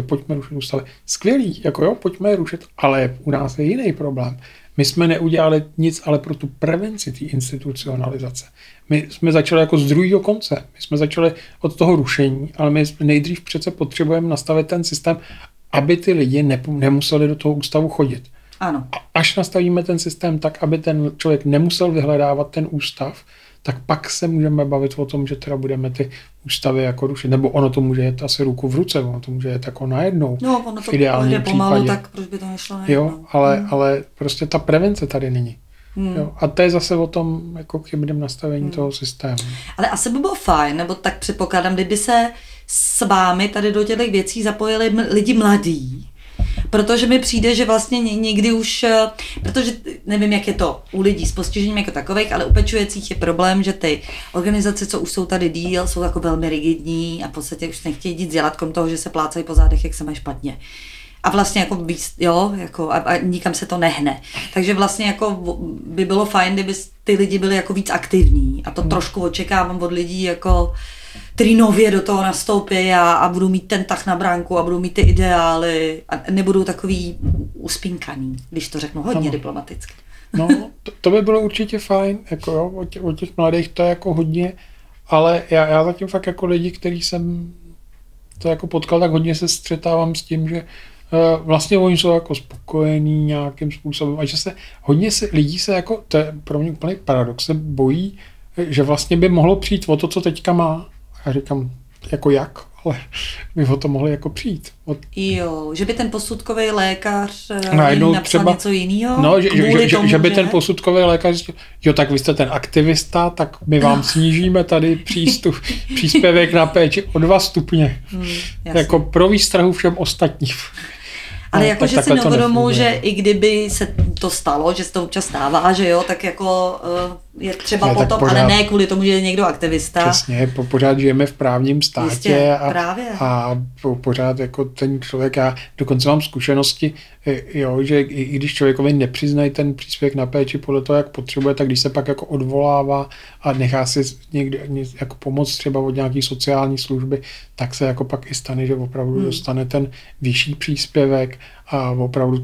Skvělý, jako jo, pojďme je rušit, ale u nás je jiný problém. My jsme neudělali nic, ale pro tu prevenci té institucionalizace. My jsme začali jako z druhého konce. My jsme začali od toho rušení, ale my nejdřív přece potřebujeme nastavit ten systém, aby ty lidi nemuseli do toho ústavu chodit. Ano. A až nastavíme ten systém tak, aby ten člověk nemusel vyhledávat ten ústav, tak pak se můžeme bavit o tom, že teda budeme ty ústavy jako rušit. Nebo ono to může jet asi ruku v ruce, ono to může jet jako najednou. No, ono to půjde pomalu, tak proč by to nešlo najednou? Jo, ale prostě ta prevence tady není. Jo, a to je zase o tom jako chybném nastavení toho systému. Ale asi by bylo fajn, nebo tak předpokládám, kdyby se s vámi tady do těch věcí zapojili lidi mladí. Protože mi přijde, že vlastně někdy už, protože nevím, jak je to u lidí s postižením jako takových, ale u pečujících je problém, že ty organizace, co už jsou tady díl, jsou jako velmi rigidní a v podstatě už nechtějí nic dělat krom toho, že se plácají po zádech, jak se mají špatně. A vlastně jako víc, jo, jako a nikam se to nehne. Takže vlastně jako by bylo fajn, kdyby ty lidi byli jako víc aktivní. A to trošku očekávám od lidí, jako který nově do toho nastoupí a budou mít ten tah na bránku a budou mít ty ideály a nebudou takový uspínkaný, když to řeknu hodně diplomaticky. No, to by bylo určitě fajn, jako jo, o těch mladých to je jako hodně, ale já zatím fakt jako lidi, který jsem to jako potkal, tak hodně se střetávám s tím, že vlastně oni jsou jako spokojení nějakým způsobem a že se hodně lidí se jako, to je pro mě úplný paradox, se bojí, že vlastně by mohlo přijít o to, co teďka má. Já říkám, jako jak, ale by o to mohli jako přijít. Jo, že by ten posudkový lékař najednou napsal třeba něco jiného? No, že by ten posudkový lékař říkal, jo, tak vy jste ten aktivista, tak my vám snížíme tady příspěvek na péči o 2 stupně. Jako pro výstrahu všem ostatním. Ale jakože si neuvědomuji, že i kdyby se to stalo, že se to občas stává, že jo, tak jako je třeba potom, pořád, ale ne kvůli tomu, že je někdo aktivista. Přesně, pořád žijeme v právním státě. Jistě, a pořád jako ten člověk, já dokonce mám zkušenosti, jo, že i když člověkovi nepřiznají ten příspěvek na péči podle toho, jak potřebuje, tak když se pak jako odvolává a nechá si někde jako pomoct třeba od nějaký sociální služby, tak se jako pak i stane, že opravdu dostane ten vyšší příspěvek a opravdu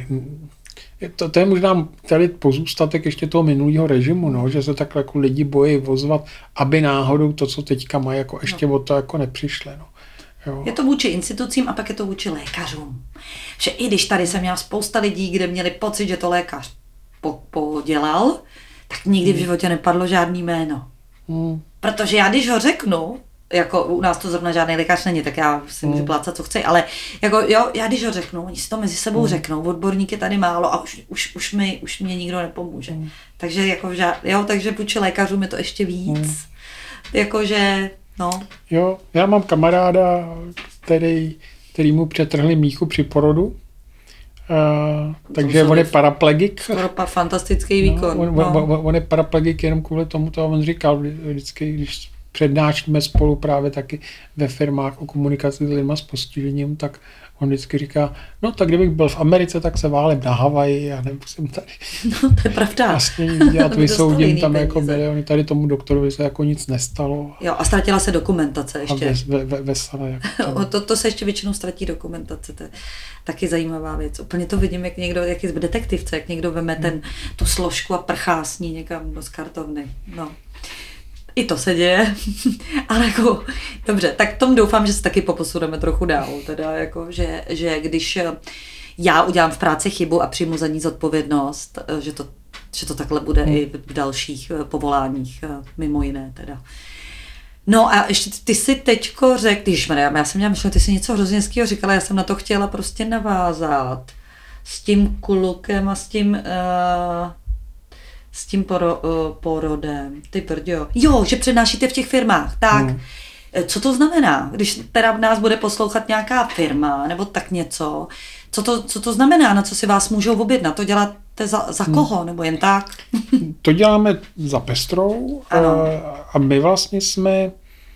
to je možná tady pozůstatek ještě toho minulého režimu, no, že se takhle jako lidi bojí ozvat, aby náhodou to, co teďka mají, jako ještě o to jako nepřišli. No. Jo. Je to vůči institucím a pak je to vůči lékařům. Že i když tady jsem měla spousta lidí, kde měli pocit, že to lékař podělal, tak nikdy v životě nepadlo žádný jméno. Protože já když ho řeknu, jako u nás to zrovna žádný lékař není, tak já si můžu plácat, co chci, ale jako jo, já když ho řeknu, oni si to mezi sebou řeknou, odborník je tady málo a už mě nikdo nepomůže. Takže jako takže vůči lékařům je to ještě víc. Jakože, no. Jo, já mám kamaráda, který mu přetrhli míchu při porodu, takže on je paraplegik. Skoro fantastický výkon. On je paraplegik jenom kvůli tomu, to on říkal vždycky, když přednášíme spolu právě taky ve firmách o komunikaci s lidma s postižením, tak on vždycky říká, no tak kdybych byl v Americe, tak se válím na Havaji a nemusím tady. No to je pravda. Vlastně nic dělat, vysoudím tam jako miliony, tady tomu doktorovi se jako nic nestalo. Jo, a ztratila se dokumentace ještě. A vesele. Jako to se ještě většinou ztratí dokumentace, to je taky zajímavá věc. Úplně to vidím, jak někdo, jak je v detektivce, jak někdo veme tu složku a prchá s ní někam do skartovny. No. I to se děje, ale jako, dobře, tak tomu doufám, že se taky poposuneme trochu dál, teda jako, že když já udělám v práci chybu a přijmu za ní zodpovědnost, že to takhle bude i v dalších povoláních, mimo jiné teda. No a ještě ty si teďko řekl, já jsem měla myšlenku, ty si něco hrozně hezkýho říkala, já jsem na to chtěla prostě navázat s tím klukem a s tím porodem. Ty brďo. Jo, že přednášíte v těch firmách. Tak, co to znamená? Když teda v nás bude poslouchat nějaká firma, nebo tak něco, co to znamená? Na co si vás můžou objednat? To děláte za koho? Nebo jen tak? To děláme za Pestrou a my vlastně jsme,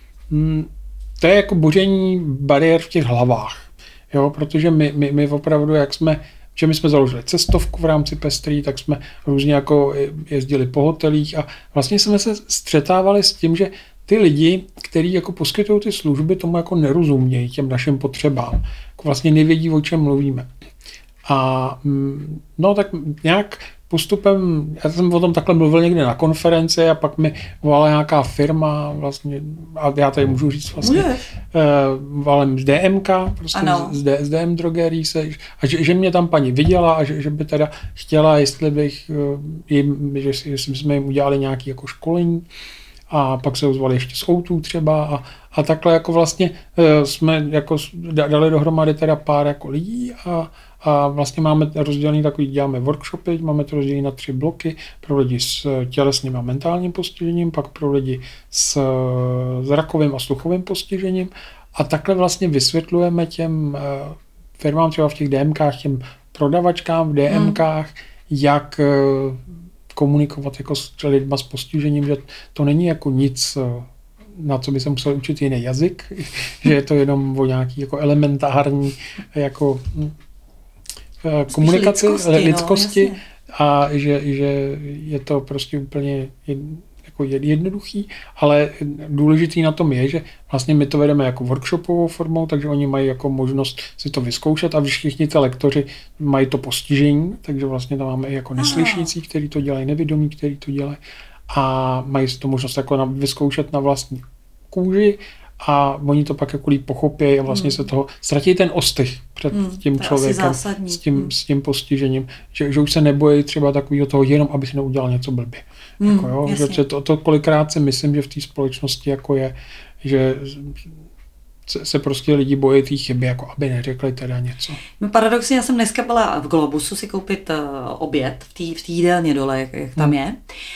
to je jako boření bariér v těch hlavách. Jo, protože my opravdu, že my jsme založili cestovku v rámci Pestrý, tak jsme různě jako jezdili po hotelích a vlastně jsme se střetávali s tím, že ty lidi, kteří jako poskytují ty služby, tomu jako nerozumějí těm našim potřebám. Jako vlastně nevědí, o čem mluvíme. A no tak nějak postupem, já jsem o tom takhle mluvil někde na konferenci a pak mi volala nějaká firma vlastně, a já tady můžu říct vlastně, volám z DMK, prostě z DM drogerí se, a že mě tam paní viděla a že by teda chtěla, jestli bych jestli jsme jim udělali nějaké jako školení a pak se ozvali ještě z O2 třeba a takhle jako vlastně jsme jako dali dohromady teda pár jako lidí a vlastně máme rozdělený takový, děláme workshopy, máme to rozdělený na 3 bloky pro lidi s tělesným a mentálním postižením, pak pro lidi s zrakovým a sluchovým postižením a takhle vlastně vysvětlujeme těm firmám třeba v těch DMkách, těm prodavačkám v DMkách, jak komunikovat jako s lidma s postižením, že to není jako nic, na co by se musel učit jiný jazyk, že je to jenom o nějaký jako elementární jako komunikaci, lidskosti no, a že je to prostě úplně jako jednoduchý, ale důležitý na tom je, že vlastně my to vedeme jako workshopovou formou, takže oni mají jako možnost si to vyzkoušet a všichni ty lektoři mají to postižení, takže vlastně tam máme i jako neslyšící, kteří to dělají, nevědomí, kteří to dělají a mají si to možnost jako vyzkoušet na vlastní kůži a oni to pak jako líp pochopí a vlastně se toho ztratí ten ostych před tím člověkem s tím postižením, že už se nebojí třeba takového toho jenom, aby si neudělal něco blbě. Jako, jo, že to kolikrát si myslím, že v té společnosti jako je, že se prostě lidi bojí té chyby, jako aby neřekli teda něco. No paradoxně, já jsem dneska byla v Globusu si koupit oběd v té jídelně dole, jak tam je.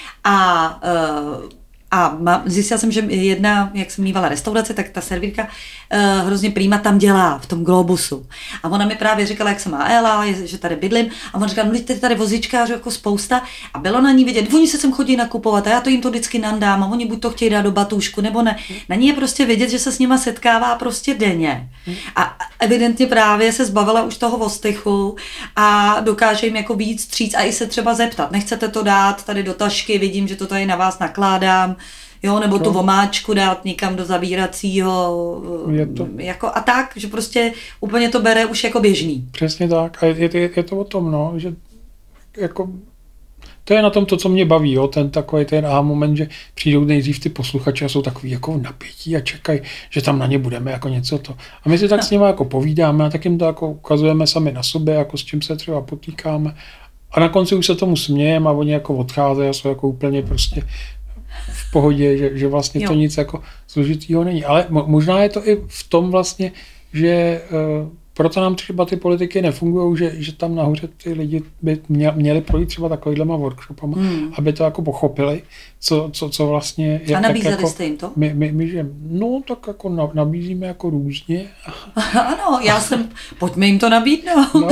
A zjistila jsem, že jedna, jak jsem mívala restaurace, tak ta servírka hrozně prýma tam dělá v tom Globusu. A ona mi právě říkala, jak se má Ela, že tady bydlím. A ona říkala, no tady vozíčkářů jako spousta. A bylo na ní vidět, oni se sem chodí nakupovat a já to jim to vždycky nandám a oni buď to chtějí dát do batůžku, nebo ne. Na ní je prostě vidět, že se s nima setkává prostě denně. A evidentně právě se zbavila už toho ostychu a dokáže jim jako víc stříct a i se třeba zeptat. Nechcete to dát tady do tašky, vidím, že to tady na vás nakládám. Jo, nebo tu vomáčku dát někam do zavíracího, jako a tak, že prostě úplně to bere už jako běžný. Přesně tak a je to o tom, no, že jako to je na tom to, co mě baví, jo, ten moment, že přijdou nejdřív ty posluchači a jsou takový jako napětí a čekají, že tam na ně budeme jako něco to. A my si tak s nimi jako povídáme a tak jim to jako ukazujeme sami na sobě, jako s čím se třeba potýkáme A na konci už se tomu smějem a oni jako odcházejí a jsou jako úplně prostě v pohodě, že vlastně to nic jako složitýho není. Ale možná je to i v tom vlastně, že proto nám třeba ty politiky nefungují, že tam nahoře ty lidi by měli projít třeba takovýhlema workshopama, aby to jako pochopili, co vlastně je. A nabízeli jste jim to? My že, no tak jako nabízíme jako různě. Ano, pojďme jim to nabídnout. No.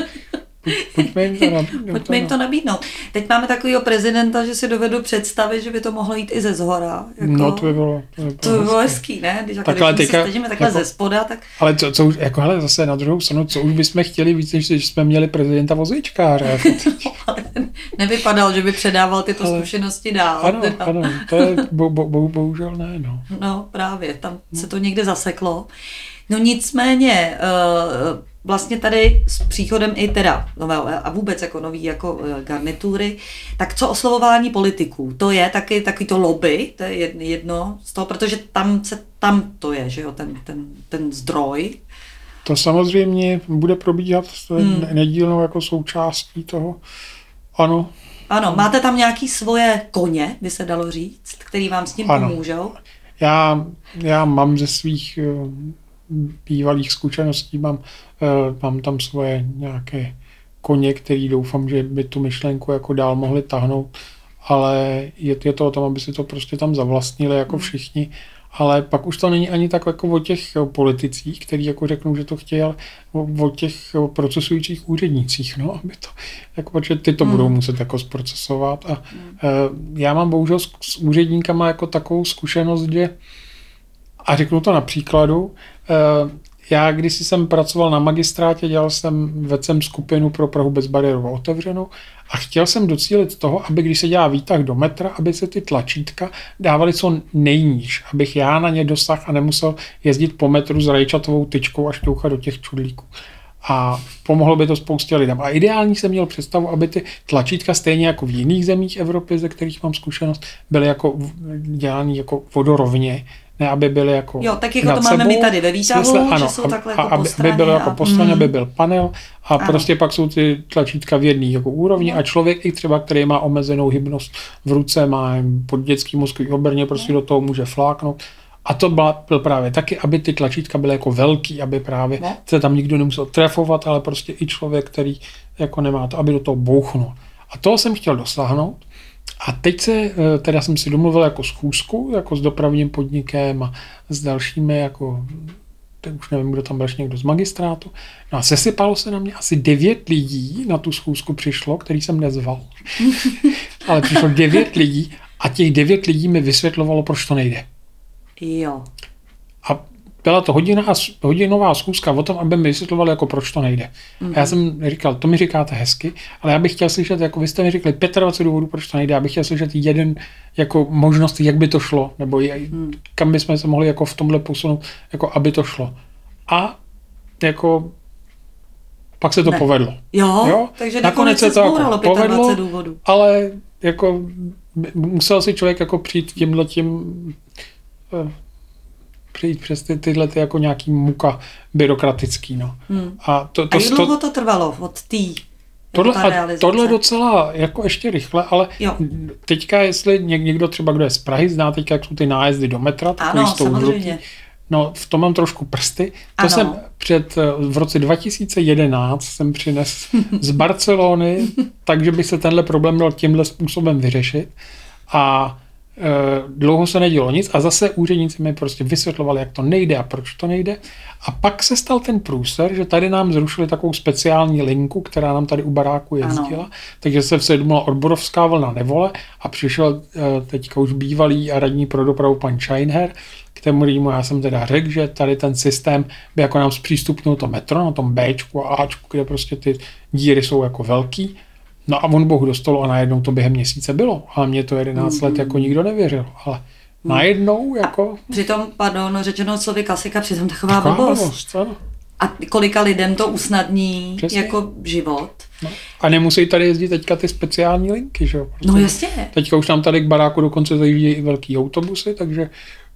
Pojďme jim to nabídnout. Teď máme takového prezidenta, že si dovedu představit, že by to mohlo jít i ze zhora. Jako, no to by bylo hezký, ne? Když se stežíme takhle jako, ze spoda, tak... Ale co už, jako hele, zase na druhou stranu, co už bychom chtěli víc, než jsme měli prezidenta vozíčkáře. Nevypadal, že by předával tyto zkušenosti dál. Ano, to je bohužel ne, no. No právě, tam se to někde zaseklo. No nicméně, vlastně tady s příchodem i teda nového a vůbec jako nový jako garnitury, tak co oslovování politiků? To je taky takový to lobby, to je jedno z toho, protože tam to je, že jo, ten zdroj. To samozřejmě bude probíhat nedílnou jako součástí toho, ano. Ano, máte tam nějaký svoje koně, by se dalo říct, který vám s tím pomůžou? Já mám ze svých bývalých zkušeností, mám tam svoje nějaké koně, který doufám, že by tu myšlenku jako dál mohli tahnout, ale je to o tom, aby si to prostě tam zavlastnili jako všichni, ale pak už to není ani tak jako o těch politicích, kteří jako řeknou, že to chtějí, ale o těch procesujících úřednících, no, aby to, jako, protože ty to budou muset jako zprocesovat a já mám bohužel s úředníkama jako takovou zkušenost, že a řeknu to na příkladu. Já, když jsem pracoval na magistrátě, vedl jsem skupinu pro Prahu bezbariérovou otevřenou a chtěl jsem docílit toho, aby když se dělá výtah do metra, aby se ty tlačítka dávaly co nejníž, abych já na ně dosáhl a nemusel jezdit po metru s rajčatovou tyčkou a šťouchat do těch čudlíků. A pomohlo by to spoustě lidem. A ideální jsem měl představu, aby ty tlačítka stejně jako v jiných zemích Evropy, ze kterých mám zkušenost, byly jako dělané jako vodorovně, ne, aby byly jako jo, tak jako to máme my tady ve výtahu, že jsou takhle jako po straně. Aby bylo jako po straně, aby byl panel a prostě pak jsou ty tlačítka v jedné jako úrovni a člověk i třeba, který má omezenou hybnost v ruce, má pod dětský mozkový obrně, prostě do toho může fláknout. A to byl právě taky, aby ty tlačítka byly jako velký, aby právě se tam nikdo nemusel trefovat, ale prostě i člověk, který jako nemá to, aby do toho bouchnul. A toho jsem chtěl dosáhnout. A teď teda jsem si domluvil jako schůzku, jako s dopravním podnikem a s dalšími, jako, teď už nevím, kdo tam byl, někdo z magistrátu. No a sesypalo se na mě asi 9 lidí, na tu schůzku přišlo, který jsem nezval. Ale přišlo 9 lidí a těch 9 lidí mi vysvětlovalo, proč to nejde. Jo. A byla to hodinová schůzka o tom, aby mi vysvětlovali, jako proč to nejde. A já jsem říkal, to mi říkáte hezky, ale já bych chtěl slyšet, jako vy jste mi řekli 25 důvodů, proč to nejde, já bych chtěl slyšet jeden jako možnost, jak by to šlo, nebo kam bychom se mohli jako v tomhle posunout, jako aby to šlo. A jako pak se to povedlo. Jo? Takže nakonec se to jako povedlo, důvodů. Ale jako musel si člověk jako přijít tímhletím přijít přes tyhle jako nějaký muka byrokratický. No. A jak dlouho to trvalo od té Tohle docela jako ještě rychle, ale teďka, jestli někdo třeba, kdo je z Prahy, zná teďka, jak jsou ty nájezdy do metra, takový s tou žlutý. No, v tom mám trošku prsty. To jsem v roce 2011 jsem přines z Barcelony, takže by se tenhle problém dal tímhle způsobem vyřešit. A dlouho se nedělo nic a zase úředníci mi prostě vysvětlovali, jak to nejde a proč to nejde. A pak se stal ten průser, že tady nám zrušili takovou speciální linku, která nám tady u baráku jezdila, takže se vsedmula odborovská vlna nevole a přišel teďka už bývalý a radní pro dopravu pan Scheinher, kterému já jsem teda řekl, že tady ten systém by jako nám zpřístupnil to metro na tom Bčku a Ačku, kde prostě ty díry jsou jako velký. No a on bohu do stolu a najednou to během měsíce bylo. A mě to 11 let jako nikdo nevěřil. Ale najednou jako... A přitom, řečeno slovy klasika, přitom taková blbost. A kolika lidem to usnadní jako život. No. A nemusí tady jezdit teďka ty speciální linky, že jo? No jasně. Teďka už nám tady k baráku dokonce zajíždějí i velký autobusy, takže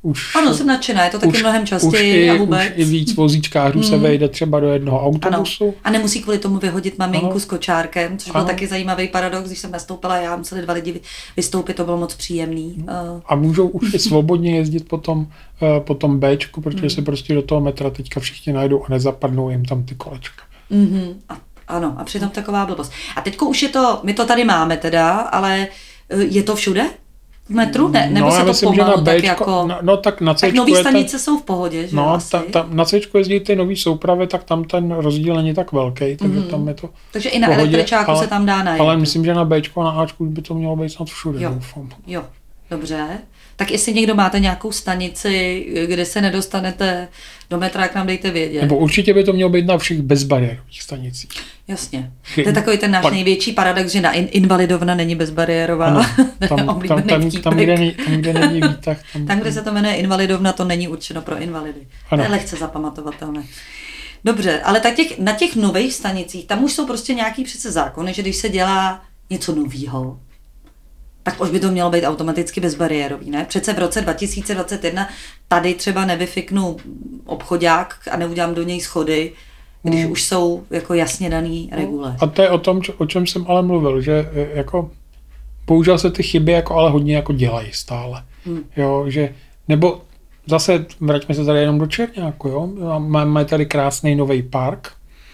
Ano, jsem nadšená, je to taky mnohem častěji a vůbec. Už i víc vozíčkářů se vejde třeba do jednoho autobusu. Ano. A nemusí kvůli tomu vyhodit maminku Ano. s kočárkem, což byl taky zajímavý paradox, když jsem nastoupila, já museli 2 lidi vystoupit, to bylo moc příjemný. A můžou už i svobodně jezdit po tom Bčku, protože se prostě do toho metra teďka všichni najdou a nezapadnou jim tam ty kolečka. Ano, a přitom taková blbost. A teďko už je to, my to tady máme teda, ale je to všude? V metru? Ne, nebo se to myslím, pomalu že na tak Bčko, jako... tak na Tak Cčku nový je stanice jsou v pohodě, že asi? Na Cčku jezdí ty nový soupravy, tak tam ten rozdíl není tak velký, takže tam je to Takže i na pohodě, električáku se tam dá najít. Ale myslím, že na Bčku a na Ačku by to mělo být snad všude. Jo, dobře. Tak jestli někdo máte nějakou stanici, kde se nedostanete do metra, jak nám dejte vědět. Nebo určitě by to mělo být na všech bezbariérových stanicích. Jasně. To je takový ten náš největší paradox, že na Invalidovna není bezbariérová. Ano, tam, kde není výtah. Tam, kde se to jmenuje Invalidovna, to není určeno pro invalidy. Ano. To je lehce zapamatovatelné. Dobře, ale na těch nových stanicích, tam už jsou prostě nějaký přece zákony, že když se dělá něco novýho, tak už by to mělo být automaticky bezbariérový, ne? Přece v roce 2021 tady třeba nevyfiknu obchodák a neudělám do něj schody, když už jsou jako jasně daný regule. A to je o čem jsem ale mluvil, že jako bohužel se ty chyby jako ale hodně jako dělají stále. Jo, že, nebo zase vraťme se tady jenom do Čerňáku, jo? Máme tady krásný nový park,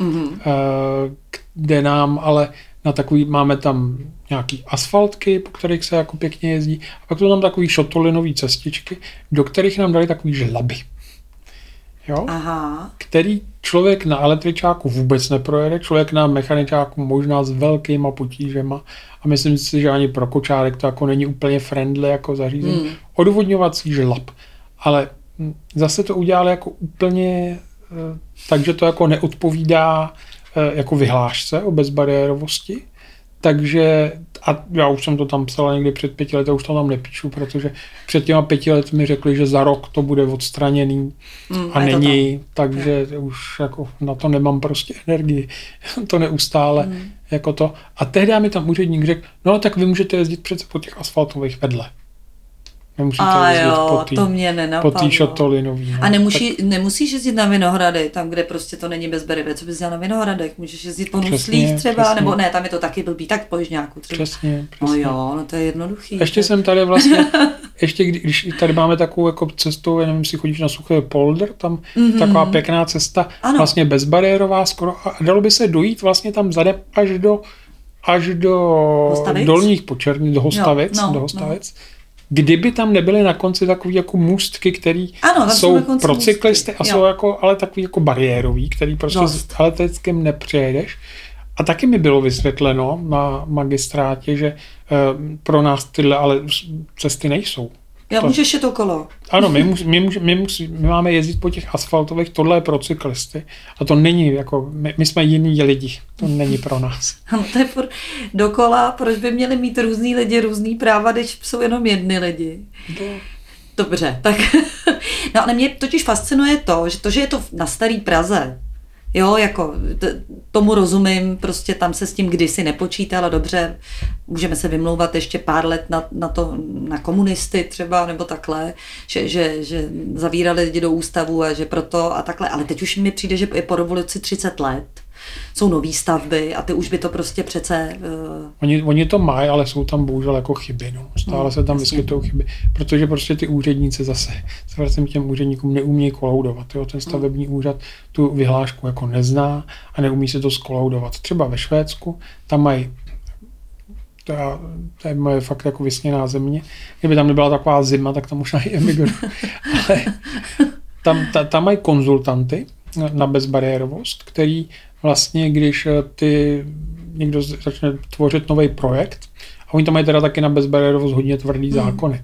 kde nám ale na takový, máme tam nějaký asfaltky, po kterých se jako pěkně jezdí, a pak jsou tam takový šotolinové cestičky, do kterých nám dali takový žlaby. Jo? Aha. Který člověk na električáku vůbec neprojede, člověk na mechaničáku možná s velkýma potížema, a myslím si, že ani pro kočárek to jako není úplně friendly jako zařízení. Odvodňovací žlab. Ale zase to udělali jako úplně takže to jako neodpovídá jako vyhlášce o bezbariérovosti. Takže, a já už jsem to tam psal někdy před 5 lety, už to tam nepíšu, protože před těma 5 lety mi řekli, že za rok to bude odstraněný a není, takže už jako na to nemám prostě energii, to neustále jako to. A tehdy mi tam úředník řekl, no tak vy můžete jezdit přece po těch asfaltových vedle. Nemusíte jezdit po té šotolinový. A nemusíš jezdit na Vinohrady, tam, kde prostě to není bezbariérové. Co bys dělal na Vinohradech? Můžeš jezdit po Nuslích třeba, přesně. Nebo ne, tam je to taky blbý, tak po Žňáku třeba. Přesně. No jo, no to je jednoduchý. Ještě jsem tady vlastně, když tady máme takovou jako cestu, já nevím, jestli chodíš na Suchý Polder, tam taková pěkná cesta, vlastně bezbariérová skoro, a dalo by se dojít vlastně tam zadem až do Hostavic? Dolních Počerní, do Hostavic, do Hostavic. Kdyby tam nebyly na konci takový jako můstky, který jsou pro cyklisty a jsou jako, ale takový jako bariérový, který prostě s elektrickým nepřejedeš. A taky mi bylo vysvětleno na magistrátě, že pro nás tyhle ale cesty nejsou. Můžeš je to kolo. Ano, my máme jezdit po těch asfaltových, tohle je pro cyklisty. A to není, jako, my jsme jiní lidi, to není pro nás. Ano, to je dokola, proč by měli mít různý lidi, různý práva, když jsou jenom jedny lidi. Dobře, tak. No ale mě totiž fascinuje to, že je to na Starý Praze. Jo, jako tomu rozumím, prostě tam se s tím kdysi nepočítala, dobře, můžeme se vymlouvat ještě pár let na komunisty třeba, nebo takhle, že zavírali lidi do ústavu a že proto a takhle, ale teď už mi přijde, že je po revoluci 30 let, jsou nový stavby a ty už by to prostě přece... Oni to mají, ale jsou tam bohužel jako chyby, no. Stále se tam vyskytují chyby, protože prostě ty úředníci zase, se vracím k těm úředníkům, neumějí kolaudovat, jo. Ten stavební úřad tu vyhlášku jako nezná a neumí se to skolaudovat. Třeba ve Švédsku, tam mají, to je moje fakt jako vysněná země, kdyby tam nebyla taková zima, tak tam možná i emigrují, ale tam mají konzultanty na bezbariérovost, který vlastně, když někdo začne tvořit nový projekt, a oni tam mají teda taky na bezbariérovost hodně tvrdý zákony.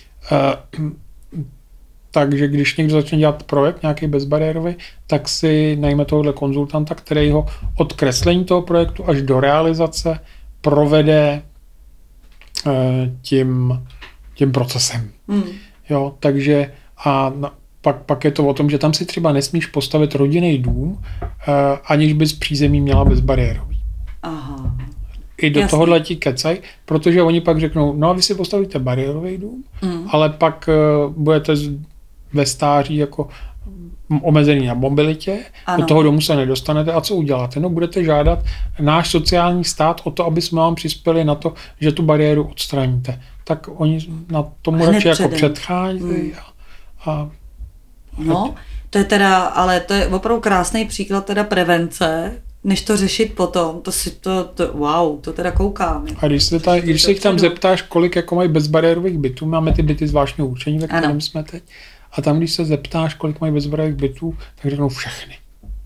Takže když někdo začne dělat projekt nějaký bezbariérový, tak si najme tohohle konzultanta, který ho od kreslení toho projektu až do realizace provede tím procesem. Jo, takže pak je to o tom, že tam si třeba nesmíš postavit rodinný dům, aniž bys přízemí měla bezbariérový. Aha. I do tohohle ti kecaj, protože oni pak řeknou, no a vy si postavíte bariérový dům, ale pak budete ve stáří jako omezený na mobilitě, Ano. do toho domu se nedostanete a co uděláte? No budete žádat náš sociální stát o to, aby jsme vám přispěli na to, že tu bariéru odstraníte. Tak oni na tomu radši jako předcházejí a no, to je teda, ale to je opravdu krásný příklad teda prevence, než to řešit potom, wow, to teda koukám. A když se jich tam zeptáš, kolik jako mají bezbariérových bytů, máme ty byty zvláštního určení, ve kterém jsme teď, a tam, když se zeptáš, kolik mají bezbariérových bytů, tak řeknou všechny.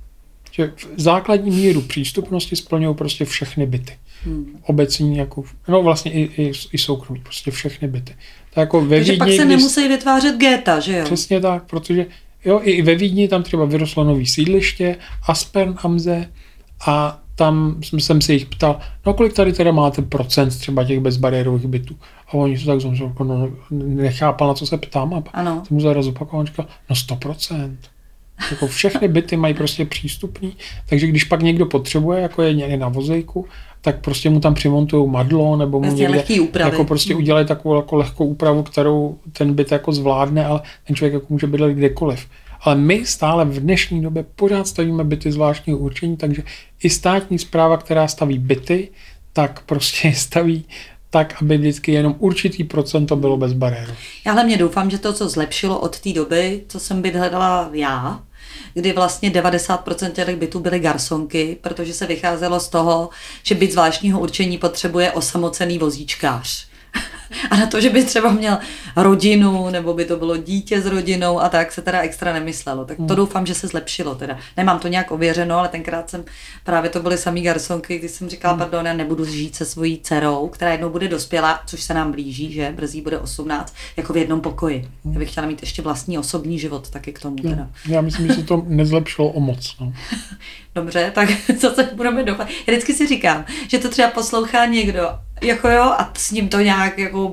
Že v základní míru přístupnosti splňují prostě všechny byty. Obecní, jako, no vlastně i soukromí, prostě všechny byty. Tak jako ve Takže Vídni, pak se nemusí vytvářet géta, že jo? Přesně tak, protože jo, i ve Vídni tam třeba vyrostlo nový sídliště, Aspern am See, a tam jsem se jich ptal, no kolik tady teda máte procent třeba těch bezbariérových bytů. A oni se tak nechápal, na co se ptám, a jsem mu zaraz opakoval, on říkal, no 100%. Jako všechny byty mají prostě přístupný, takže když pak někdo potřebuje, jako je někde na vozejku, tak prostě mu tam přimontují madlo, nebo mu někde jako prostě udělají takovou jako lehkou úpravu, kterou ten byt jako zvládne, ale ten člověk jako může bydlet kdekoliv. Ale my stále v dnešní době pořád stavíme byty zvláštního určení, takže i státní správa, která staví byty, tak prostě staví tak, aby vždycky jenom určitý procento bylo bez bariéru. Já hlavně doufám, že to, co zlepšilo od té doby, co jsem byt hledala já, kdy vlastně 90% těch bytů byly garsonky, protože se vycházelo z toho, že byt zvláštního určení potřebuje osamocený vozíčkář. A na to, že by třeba měl rodinu, nebo by to bylo dítě s rodinou a tak se teda extra nemyslelo. Tak to doufám, že se zlepšilo teda. Nemám to nějak ověřeno, ale tenkrát právě to byly samý garsonky, když jsem říkala, pardon, já nebudu žít se svojí dcerou, která jednou bude dospělá, což se nám blíží, že brzy bude 18, jako v jednom pokoji. Já bych chtěla mít ještě vlastní osobní život taky k tomu teda. Já myslím, že se to nezlepšilo o moc. No. Dobře, tak co se budeme doufat. Já vždycky si říkám, že to třeba poslouchá někdo, jako jo, a s ním to nějak jako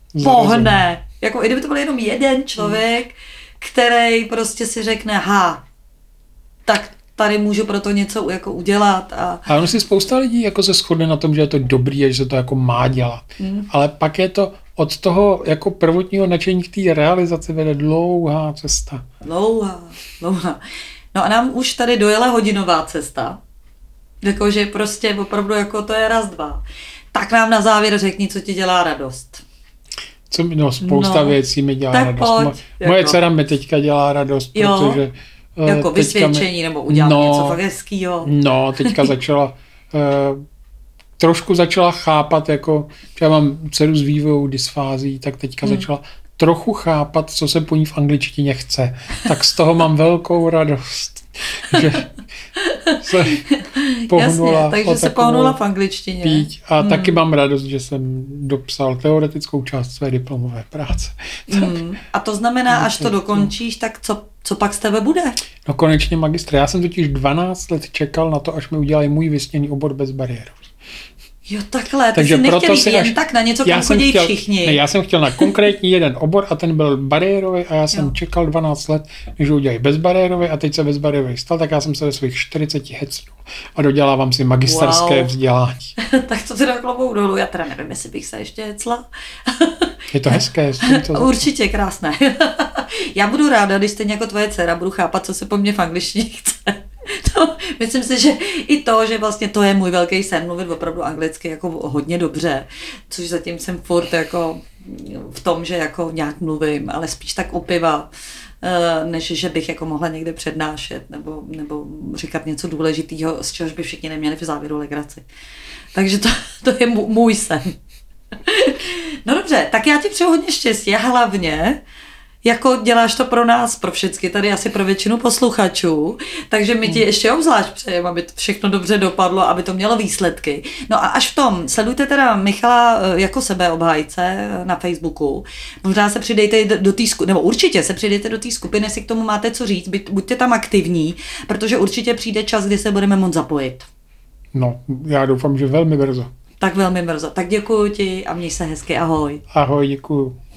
pohne. Jako kdyby to byl jenom jeden člověk, který prostě si řekne, tak tady můžu pro to něco jako udělat. A ono si spousta lidí jako se shodne na tom, že je to dobrý a že se to jako má dělat. Ale pak je to od toho jako prvotního nadšení k té realizaci vede dlouhá cesta. Dlouhá. No a nám už tady dojela hodinová cesta. Jakože prostě opravdu jako to je raz, dva. Tak nám na závěr řekni, co ti dělá radost. Spousta věcí mi dělá radost. Moje dcera mi teďka dělá radost, protože jako vysvědčení nebo udělat něco fakt hezkýho. No, teďka trošku začala chápat, jako, že já mám dceru s vývojovou dysfází, tak teďka začala trochu chápat, co se po ní v angličtině chce. Tak z toho mám velkou radost. Že se pohnula. Jasně, takže se pohnula v angličtině. Píť. A taky mám radost, že jsem dopsal teoretickou část své diplomové práce. A to znamená, až to dokončíš, tak co pak z tebe bude? No konečně magistr. Já jsem totiž 12 let čekal na to, až mi udělají můj vysněný obor bez bariér. Jo, takhle, ty jsi nechtěl jít jen tak na něco, kam chodí všichni. Ne, já jsem chtěl na konkrétní jeden obor a ten byl bariérový a já jsem čekal 12 let, než ho udělají bezbariérový a teď se bezbariérový stal, tak já jsem se ve svých 40 hecnul a dodělávám si magisterské vzdělání. Tak to teda klobouk dolů, já teda nevím, jestli bych se ještě hecla. Je to hezké. Určitě, krásné. Já budu ráda, když stejně jako tvoje dcera budu chápat, co se po mně v angličtině chce. Myslím si, že i to, že vlastně to je můj velký sen, mluvit opravdu anglicky jako hodně dobře, což zatím jsem furt jako v tom, že jako nějak mluvím, ale spíš tak u piva, než že bych jako mohla někde přednášet nebo říkat něco důležitého, z čehož by všichni neměli v závěru legraci. Takže to je můj sen. No dobře, tak já ti přeju hodně štěstí a hlavně jako děláš to pro nás, pro všechny, tady asi pro většinu posluchačů, takže my ti ještě obzvlášť přejeme, aby to všechno dobře dopadlo, aby to mělo výsledky. No a až v tom, sledujte teda Michala jako sebeobhájce na Facebooku, možná se přidejte do té skupiny, nebo určitě se přidejte do té skupiny, jestli k tomu máte co říct, buďte tam aktivní, protože určitě přijde čas, kdy se budeme moct zapojit. No, já doufám, že velmi brzo. Tak velmi brzo. Tak děkuju ti a měj se hezky, ahoj. Ahoj, děkuju.